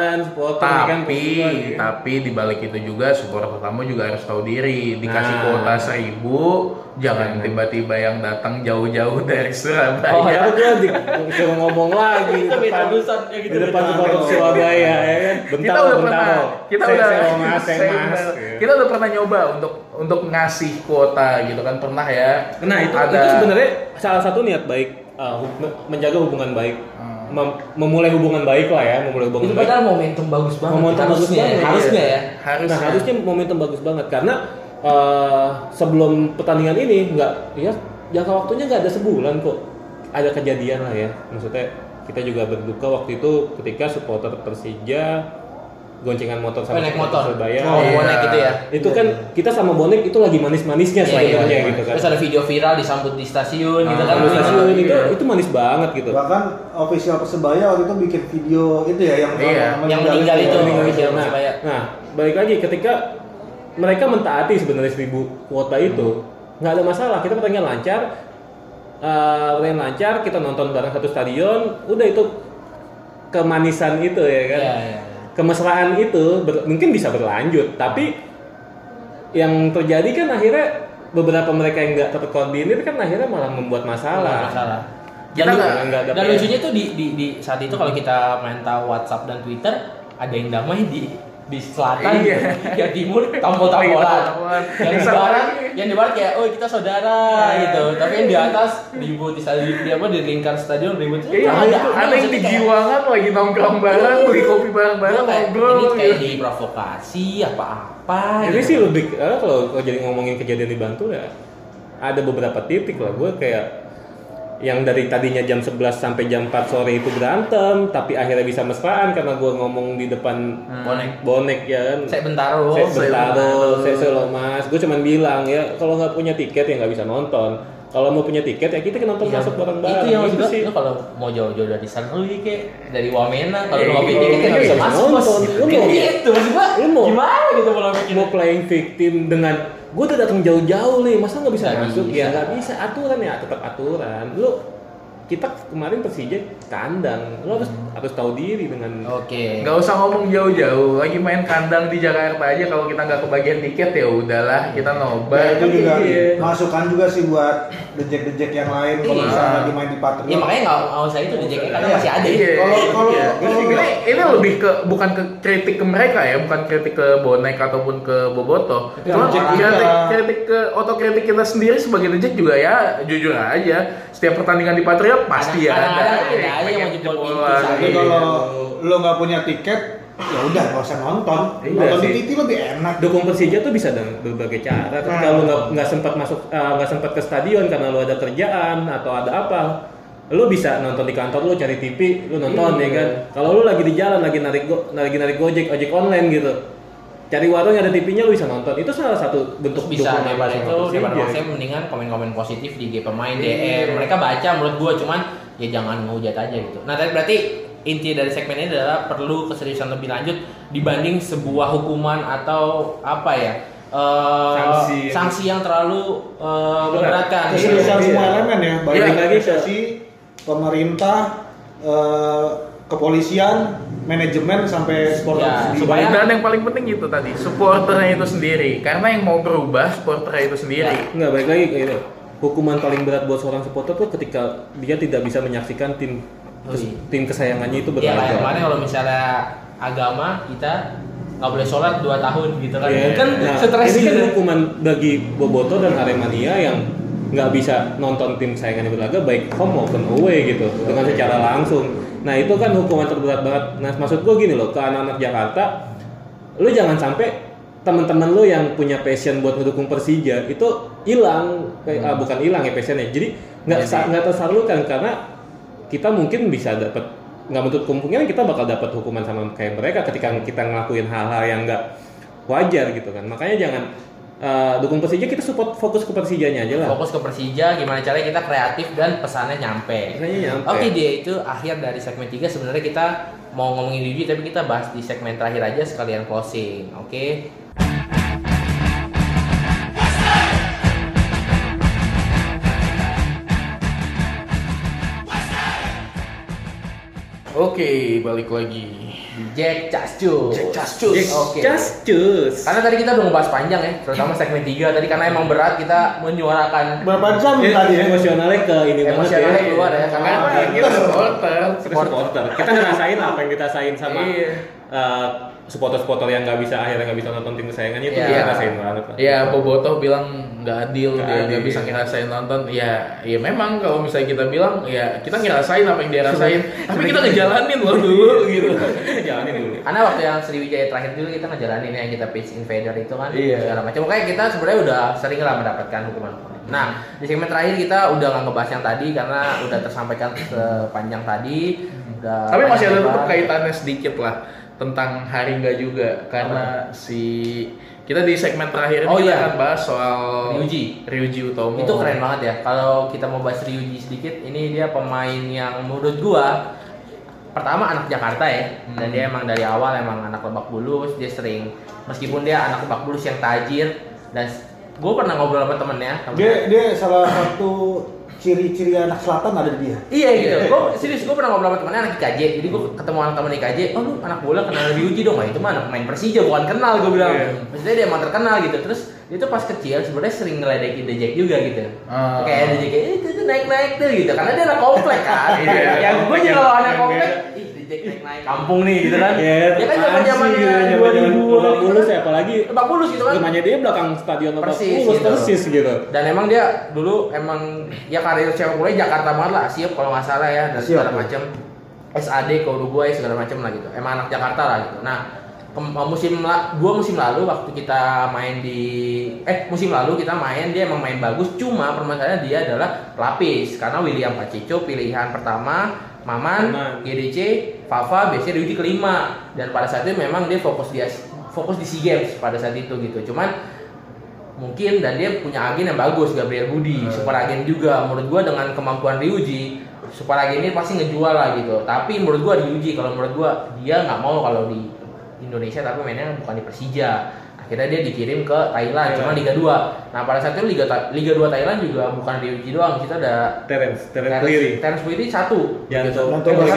Tapi di balik itu juga supporter pertama juga harus tahu diri. Dikasih kuota 1.000, jangan tiba-tiba yang datang jauh-jauh dari Surabaya. Oh ya, gue disuruh ngomong lagi itu beda urusan ya gitu. Di depan supporter Surabaya ya kan. Kita udah pernah nyoba untuk ngasih kuota gitu kan, pernah ya. Nah, itu sebenarnya salah satu niat baik menjaga hubungan baik. Memulai hubungan baik lah ya, itu padahal momentum bagus banget. Harusnya momentum bagus banget karena sebelum pertandingan ini jangka waktunya nggak ada sebulan kok, ada kejadian lah ya. Maksudnya kita juga berduka waktu itu ketika supporter Persija goncengan motor sama naik motor Surabaya. Bonek gitu ya. Itu kan kita sama bonek itu lagi manis-manisnya sebenarnya gitu kan. Terus ada video viral disambut di stasiun gitu kan. Di stasiun itu manis banget gitu. Bahkan official Persebaya waktu itu bikin video itu ya yang meninggal itu. Nah, balik lagi ketika mereka mentaati sebenarnya 1.000 kuota itu nggak ada masalah, kita pertandingan lancar, kita nonton bareng satu stadion, udah itu kemanisan itu ya kan. Kemesraan itu mungkin bisa berlanjut, tapi yang terjadi kan akhirnya beberapa mereka yang nggak terkoordinir kan akhirnya malah membuat masalah. Dan lucunya tuh di saat itu kalau kita mantau WhatsApp dan Twitter, ada yang damai di selatan, yang timur tampol-tampolan, yang di barat kayak kita saudara gitu, tapi yang di atas ribut di stadion, di lingkar stadion ribut. Ada yang di Giwangan lagi nongkrong bareng, beli kopi bareng-bareng, ngobrol. Ini kayak diprovokasi apa-apa. Ini sih lebih kalau jadi ngomongin kejadian di Bantul ya, ada beberapa titik lah. Gue kayak yang dari tadinya jam 11 sampai jam 4 sore itu berantem, tapi akhirnya bisa mesraan karena gue ngomong di depan bonek ya kan. Saya Bentaro, saya Solo Mas. Gue cuman bilang ya kalau nggak punya tiket ya nggak bisa nonton. Kalau mau punya tiket ya kita nonton masuk bareng-bareng. Itu yang maksud gue, kalau mau jauh-jauh dari sana lu kayak dari Wamena, kalau lu nggak punya tiket nggak bisa masuk. Lu mau gitu maksud gue? Gimana gitu mau playing victim dengan gue udah datang jauh-jauh nih, masa nggak bisa masuk? Ya nggak bisa, aturan ya tetap aturan. Kita kemarin Persija kandang, lo harus tahu diri dengan. Nggak usah ngomong jauh-jauh, lagi main kandang di Jakarta aja kalau kita nggak kebagian tiket ya udahlah kita nobar. Itu juga masukan juga sih buat dejek-dejek yang lain kalau misalnya lagi main di Patriot. Ya makanya nggak usah itu dejeknya karena masih ada. Kalau ini lebih ke bukan ke kritik ke mereka ya, bukan kritik ke bonek ataupun ke Bobotoh. Cuma kritik ke otokritik kita sendiri sebagai dejek juga ya, jujur aja. Setiap pertandingan di Patriot pasti ada yang jebol pintu. Tapi kalau lo nggak punya tiket, ya udah nggak usah nonton. Nonton di TV lebih enak. Dukung Persija tuh bisa dengan berbagai cara. Ketika lo nggak sempat ke stadion karena lo ada kerjaan atau ada apa, lo bisa nonton di kantor lo, cari TV, lo nonton ya kan. Kalau lo lagi di jalan lagi narik ojek online gitu, cari warung yang ada TV-nya lu bisa nonton. Itu salah satu bentuk bisa dukungan daripada sama itu daripada Persija. saya mendingan komen-komen positif di IG pemain DM. Mereka baca menurut gua, cuman ya jangan ngehujat aja gitu. Nah, tapi berarti inti dari segmen ini adalah perlu keseriusan lebih lanjut dibanding sebuah hukuman atau apa ya? Sanksi yang terlalu memberatkan. Keseriusan semua elemen ya, baik lagi PSSI, pemerintah, kepolisian, manajemen sampai supporter Ya, sendiri. supaya- Dan yang paling penting itu tadi, supporternya itu sendiri. Karena yang mau berubah supporternya itu sendiri. Enggak, balik lagi ke itu. Hukuman paling berat buat seorang supporter tuh ketika dia tidak bisa menyaksikan tim kesayangannya itu Ya kayak berlaga. kemarin kalau misalnya agama kita nggak boleh sholat 2 tahun gitu kan. Iya. Kan Nah, stres ini kan gitu. hukuman bagi Boboto dan Aremania yang nggak bisa nonton tim kesayangannya berlaga baik home maupun away gitu dengan secara langsung. Nah itu kan hukuman terberat banget. Nah maksud gue gini loh, ke anak-anak Jakarta, lu jangan sampai teman-teman lu yang punya passion buat mendukung Persija itu hilang, bukan hilang ya passionnya. Jadi nggak tersalurkan karena kita mungkin bisa dapat, nggak menutup kemungkinan kita bakal dapat hukuman sama kayak mereka ketika kita ngelakuin hal-hal yang nggak wajar gitu kan. Makanya jangan dukung Persija, kita support, fokus ke Persijanya aja lah. Fokus ke Persija, gimana caranya kita kreatif dan pesannya nyampe. Oke, dia itu akhir dari segmen 3. Sebenarnya kita mau ngomongin Ryuji tapi kita bahas di segmen terakhir aja sekalian closing. Oke. Oke, balik lagi. Jack Cascus. Oke. Cascus. Karena tadi kita udah ngebahas panjang ya, terutama segmen 3 tadi karena emang berat kita menyuarakan Berapa jam tadi ya? Emosionalnya ke ini banget emosionalnya ya. keluar ya karena Kita supporter. Supporter. Kita ngerasain apa yang kita rasain sama Iya. supporter-supporter yang nggak bisa akhirnya nggak bisa nonton tim kesayangannya itu Iya. kita rasain banget lah. Ya, Bobotoh bilang nggak adil, Nggak dia adil, nggak bisa iya. ngerasain nonton. Ya memang kalau misalnya kita bilang, ya kita ngerasain apa yang dia rasain, tapi kita ngejalanin loh dulu gitu. Jalanin dulu. karena waktu yang Sriwijaya terakhir dulu kita ngejalanin yang kita pitch invader itu kan Iya. segala macam. Makanya kita sebenarnya udah sering lah mendapatkan hukuman. Nah, di segmen terakhir kita udah nggak ngebahas yang tadi karena udah tersampaikan sepanjang tadi. Udah Tapi masih ada banyak tetap banget. kaitannya sedikit lah tentang Haringga juga, karena kita di segmen terakhir ini Oh, kita iya. akan bahas soal Ryuji Utomo. Itu keren banget ya. Kalau kita mau bahas Ryuji sedikit, ini dia pemain yang menurut gua pertama anak Jakarta ya. Dan dia emang dari awal emang anak Lebak Bulus. Dia sering, meskipun dia anak Lebak Bulus yang tajir, dan gua pernah ngobrol sama temennya. Dia salah satu ciri-ciri anak selatan ada di dia. Iya gitu. Gue serius, gue pernah ngobrol sama temennya anak IKJ. Jadi gue ketemu anak temen IKJ. Oh lu anak bola kenal Ryuji dong? Nah itu mah anak pemain Persija bukan kenal, gue bilang. Maksudnya dia emang terkenal gitu. Terus dia tuh pas kecil sebenarnya sering ngeledekin The Jack juga gitu. Kayak The Jack itu naik-naik tuh gitu. Karena dia anak komplek kan. Yang gue juga kalau anak komplek, ih The Jack naik-naik kampung nih gitu kan. Ya kan zaman-zamannya 2000 Lebak Bulus ya, apalagi Lebak Bulus gitu kan. rumahnya dia belakang stadion Lebak Persis, Bulus gitu. persis gitu. Dan emang dia dulu emang ya karir sepak bola Jakarta banget lah, Siap kalau nggak salah ya, dan Siap, segala ya. macam. SAD ke Uruguay segala macam lah gitu. Emang anak Jakarta lah gitu. Nah, dua musim lalu waktu kita main di musim lalu kita main, dia emang main bagus, cuma permasalahannya dia adalah pelapis karena William Pacico pilihan pertama, Maman, GDC, Fafa, biasanya Ryuji kelima, dan pada saat itu memang dia fokus di SEA Games pada saat itu gitu. Cuman mungkin dan dia punya agen yang bagus, Gabriel Budi, super agen juga. Menurut gua dengan kemampuan Ryuji, super agen ini pasti ngejual lah gitu. Tapi menurut gua Ryuji, kalau menurut gua dia nggak mau kalau di Indonesia tapi mainnya bukan di Persija. Akhirnya dia dikirim ke Thailand, cuma Liga 2. Nah pada saat itu Liga 2 Thailand juga bukan Ryuji doang, kita ada Terence Cleary. Terence Cleary satu. Yanto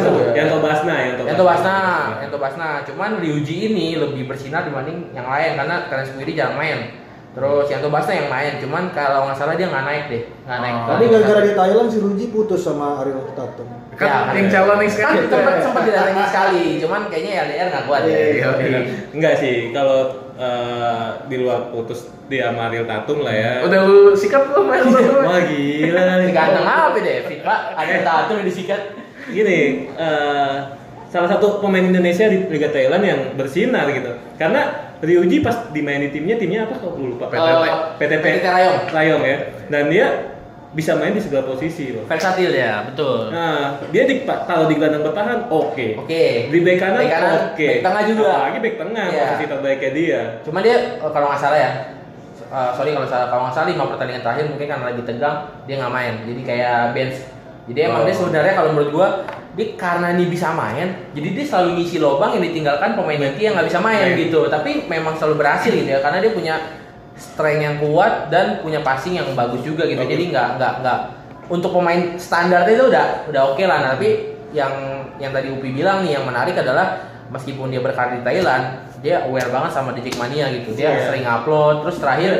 Basna. Cuman Ryuji ini lebih bersinar dibanding yang lain karena Terence Cleary jarang main. Terus Yanto Basna yang main, cuman kalau nggak salah dia nggak naik deh, nggak naik. Tadi gara-gara di Thailand si Ryuji putus sama Ariel Tatum. Kan yang calon nih kan sempat didatengin sekali, cuman kayaknya LDR nggak kuat ya. Enggak sih, kalau di luar putus dia sama Ariel Tatum lah ya. Udah lu sikat belum main lu? Wah gila. Ganteng apa David Pak? Ada tato yang disikat. Gini, salah satu pemain Indonesia di Liga Thailand yang bersinar gitu. Karena Ryuji pas dimain di timnya apa kok lupa? PTT Rayong ya. Dan dia bisa main di segala posisi loh. Versatil ya, betul. Nah, dia taruh di gelandang bertahan, oke. Di bek kanan, oke. Bek tengah juga. Apalagi bek tengah, posisi terbaiknya dia. Cuma dia kalau nggak salah ya, sorry kalau nggak salah 5 pertandingan terakhir mungkin karena lagi tegang dia nggak main, jadi kayak bench. Jadi emang dia sebenarnya kalau menurut gua dia karena ini bisa main, jadi dia selalu ngisi lubang yang ditinggalkan pemain inti yang nggak bisa main gitu. Tapi memang selalu berhasil gitu ya, karena dia punya strength yang kuat dan punya passing yang bagus juga gitu. Jadi nggak untuk pemain standar itu udah oke lah. Nah, tapi yang tadi Upi bilang nih yang menarik adalah meskipun dia berkarir di Thailand, dia aware banget sama Digimon Mania gitu. Dia sering upload, terus terakhir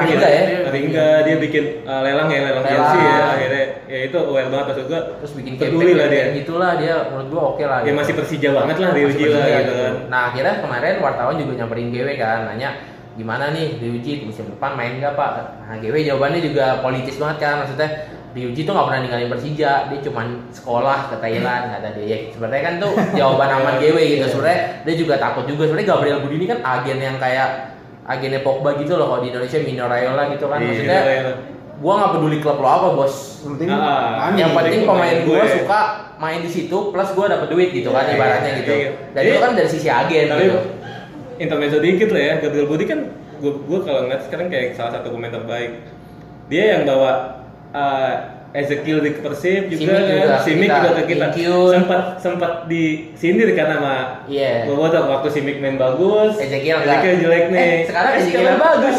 dia bikin lelang Chelsea ya akhirnya. Ya itu aware banget maksud gua. Terus bikin campaign lah dia. Gitulah dia menurut gua oke lah. Ya gitu. masih Persija banget lah Ryuji lah gitu kan. Nah, akhirnya kemarin wartawan juga nyamperin GW kan, nanya gimana nih Ryuji musim depan main nggak Pak? Nah, GW jawabannya juga politis banget kan, maksudnya Ryuji tuh nggak pernah ninggalin Persija, dia cuma sekolah ke Thailand kata dia. Ya sebenarnya kan tuh jawaban aman GW gitu. Sebenarnya dia juga takut juga. Sebenarnya Gabriel Budi ini kan agen yang kayak agennya Pogba gitu loh, kalau di Indonesia Mino Raiola gitu kan. Maksudnya gua nggak peduli klub lo apa bos, yang penting pemain gua suka main di situ plus gua dapet duit gitu kan ibaratnya gitu. Dan itu kan dari sisi agen gitu. Intermezzo dikit lah ya, Gabriel Budi kan gue kalau ngeliat sekarang kayak salah satu pemain terbaik. Dia yang bawa Ezekiel di Persib juga, Simic juga ke kita. Sempat disindir kan sama Bobotoh waktu Simic main bagus, Ezekiel jelek nih. Sekarang Ezekiel bagus.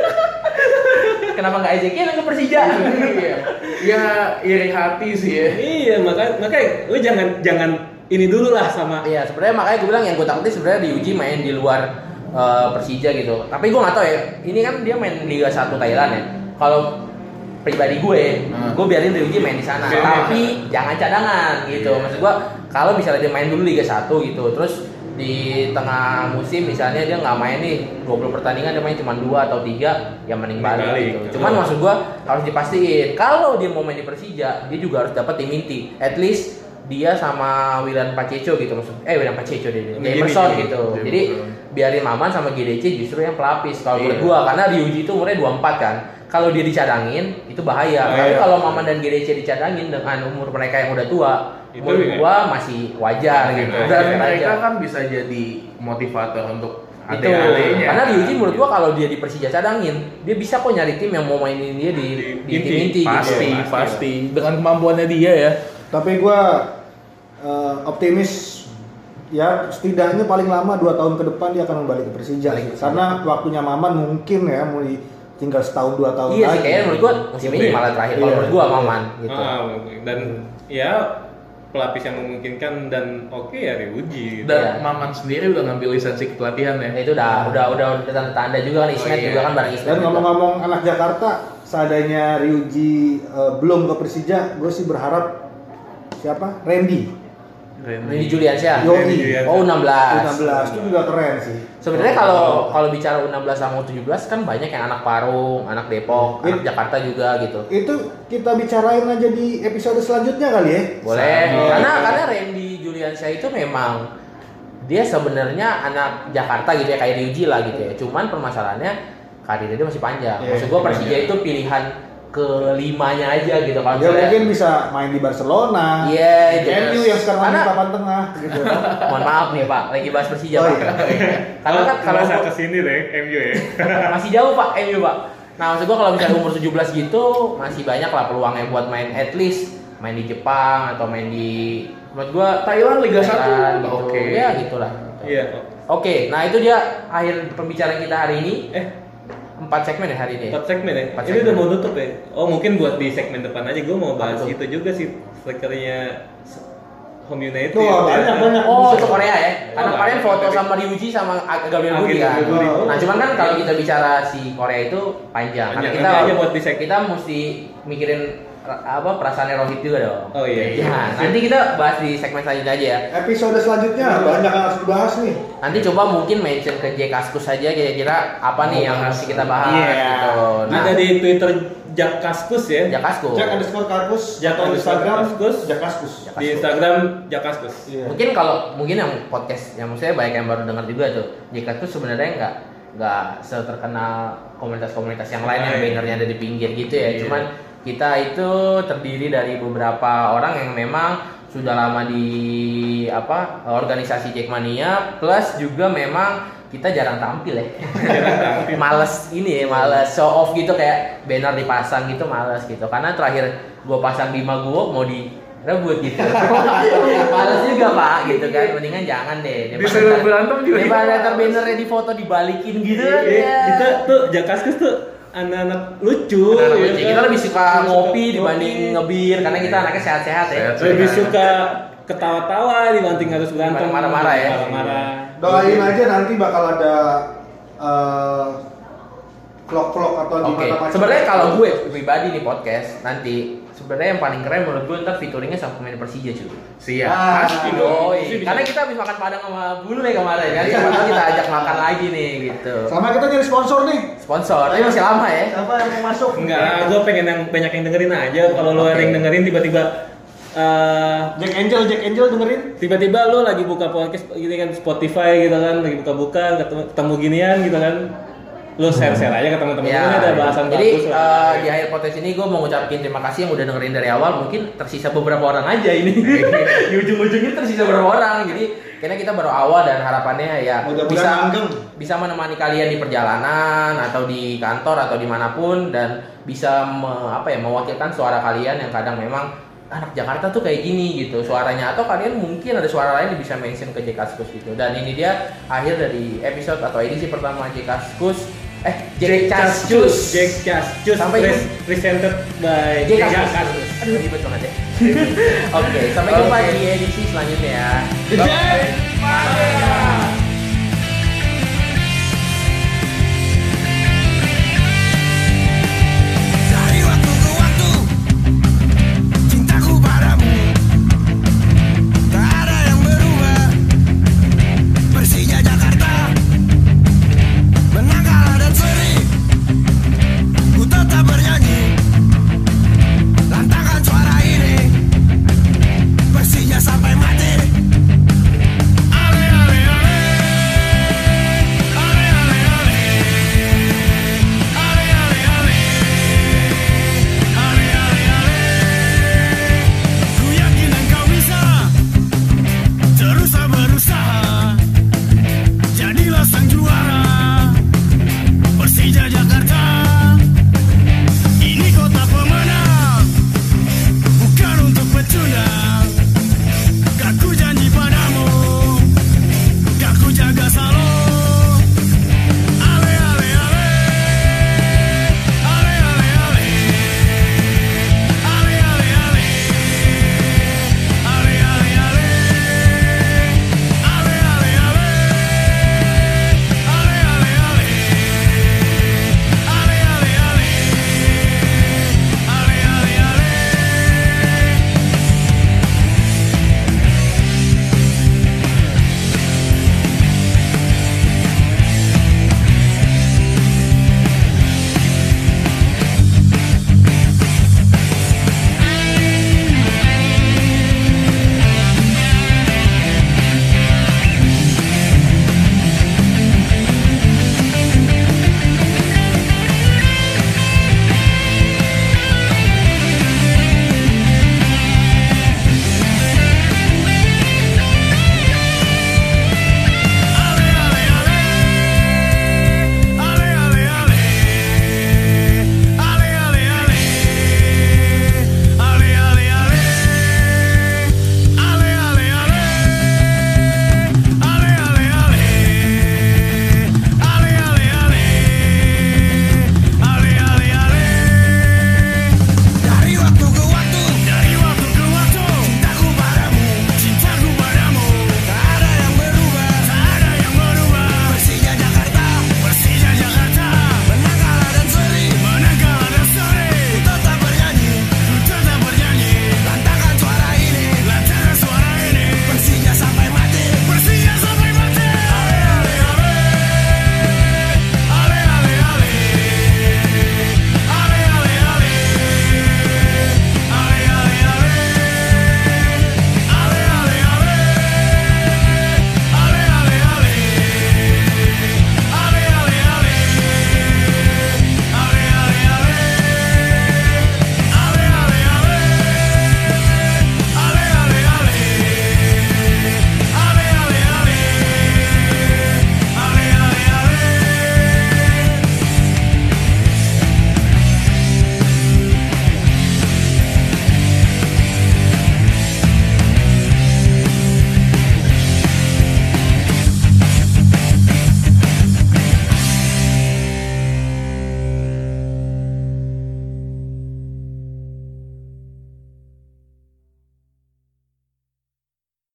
Kenapa nggak Ezekiel yang ke Persija? Ya iri hati sih ya. Iya, makanya lu jangan ini dulu lah sama. Iya, sebenarnya makanya gue bilang yang gue takutin sebenarnya Ryuji main di luar Persija gitu. Tapi gue nggak tahu ya. Ini kan dia main Liga 1 Thailand ya. Kalau pribadi gue biarin Ryuji main di sana. Tapi jangan cadangan gitu. Maksud gue kalau misalnya dia main dulu Liga 1 gitu, terus di tengah musim misalnya dia nggak main nih 20 pertandingan, dia main cuma 2 atau 3, ya mending balik gitu. Cuman maksud gue harus dipastiin kalau dia mau main di Persija, dia juga harus dapat tim inti. At least dia sama William Pacheco gitu William Pacheco dia Emerson gitu. Jadi biarin Maman sama GDC justru yang pelapis kalau menurut gua, karena Ryuji itu umurnya 24 kan. Kalau dia dicadangin itu bahaya. Tapi kalau Maman dan GDC dicadangin dengan umur mereka yang udah tua, menurut gua masih wajar gitu. Dan mereka kan bisa jadi motivator untuk itu. Karena Ryuji menurut gua kalau dia di Persija cadangin, dia bisa kok nyari tim yang mau mainin dia di tim inti. Pasti dengan kemampuannya dia ya. Tapi gue optimis ya, setidaknya paling lama 2 tahun ke depan dia akan kembali ke Persija. Karena waktunya Maman mungkin ya mau tinggal setahun 2 tahun lagi. Iya sih, kayaknya menurut gue musim ini malah terakhir kalau menurut gue Maman gitu. Dan ya pelapis yang memungkinkan dan oke ya Ryuji. Dan Maman sendiri udah ngambil lisensi kepelatihan ya. Itu udah tanda juga kan, Ismet juga kan bareng Ismet. Dan ngomong-ngomong anak Jakarta, seandainya Ryuji belum ke Persija, gue sih berharap siapa? Randy Juliansyah. Oh, 16 itu juga keren sih. Sebenarnya kalau bicara U16 sama U17 kan banyak yang anak Parung, anak Depok, anak Jakarta juga gitu. Itu kita bicarain aja di episode selanjutnya kali ya. Boleh. Karena Randy Juliansyah itu memang dia sebenarnya anak Jakarta gitu ya, kayak Ryuji lah gitu ya. Cuman permasalahannya karirnya dia masih panjang. Maksud gua Persija itu pilihan kelimanya aja gitu. Kalau dia mungkin bisa main di Barcelona, MU yang sekarang lagi papan tengah gitu. Mohon maaf nih Pak, lagi bahas Persija Pak. Karena kan kalau kesini deh MU ya. Masih jauh Pak MU Pak. Nah maksud gua kalau misalnya umur 17 gitu masih banyak lah peluangnya buat main, at least main di Jepang atau main di menurut gua Thailand Liga 1. Oke. Ya gitulah. Iya. Oke, nah itu dia akhir pembicaraan kita hari ini. 4 segmen ya hari ini. 4 segmen ya? Ini udah mau tutup ya? Oh mungkin buat di segmen depan aja gue mau bahas itu juga sih, strikernya Home United. Banyak. Oh itu Korea ya? Karena kemarin foto sama Ryuji sama Gabriel Budi kan. Nah cuman kan kalau kita bicara si Korea itu panjang. Karena kita mesti mikirin perasaannya Rohit juga dong. Oh iya. Ya, nanti kita bahas di segmen selanjutnya aja ya. Episode selanjutnya banyak yang harus dibahas nih. Nanti coba mungkin mention ke Jack Kaskus saja kira-kira apa nih yang mesti kita bahas gitu. Nah, ada di Twitter Jack Kaskus ya. Jack Kaskus. Jack _ Kaskus. Jack Instagram Kaskus. Jack Kaskus. Di Instagram Jack Kaskus. Mungkin yang podcast yang maksudnya banyak yang baru dengar juga tuh. Jack Kaskus sebenarnya nggak seterkenal komunitas-komunitas yang lain yang bannernya ada di pinggir gitu ya. Cuman kita itu terdiri dari beberapa orang yang memang sudah lama di organisasi Jackmania, plus juga memang kita jarang tampil ya. Males show off gitu, kayak banner dipasang gitu males gitu. Karena terakhir gue pasang di Maguwo mau direbut gitu. Males juga Pak gitu kan. Mendingan jangan deh. Disuruh berantem juga. Daripada bannernya di foto dibalikin gitu. Kita tuh Jakaskus tuh anak-anak lucu. Kita lebih suka ngopi dibanding ngebir karena kita anaknya sehat-sehat ya. Lebih suka ketawa-tawa dibanding harus berantem. Marah-marah ya. Marah-marah. Doain aja nanti bakal ada vlog-vlog atau di mana-mana. Sebenarnya kalau gue pribadi nih podcast nanti sebenarnya yang paling keren menurut gue ntar featuringnya sama pemain Persija cuy. Siap. Pasti dong. Karena kita habis makan padang sama Bulu nih kemarin kan. Siapa tahu kita ajak makan lagi nih gitu. Sama kita nyari sponsor nih. Sponsor, tapi masih lama ya. Siapa yang mau masuk? Enggak, gue pengen yang banyak yang dengerin aja. Kalau lo yang dengerin tiba-tiba Jack Angel dengerin. tiba-tiba lo lagi buka podcast gini kan Spotify gitu kan, lagi buka-buka ketemu ginian gitu kan, lo share aja ke teman-teman Ya, ini ada bahasan jadi bagus lah. di akhir podcast ini gue mau ngucapin terima kasih yang udah dengerin dari awal. Mungkin tersisa beberapa orang aja ini. Di ujung-ujungnya tersisa beberapa orang. Jadi karena kita baru awal dan harapannya ya bisa menemani kalian di perjalanan atau di kantor atau dimanapun dan bisa mewakilkan suara kalian yang kadang memang anak Jakarta tuh kayak gini gitu suaranya, atau kalian mungkin ada suara lain yang bisa mention ke Jackaskus gitu. Dan ini dia akhir dari episode atau edisi pertama Jackaskus Jack Cascus. Sampai presented by Jackaskus. Aduh ribet banget ya. Oke, sampai jumpa di edisi selanjutnya ya. Jack!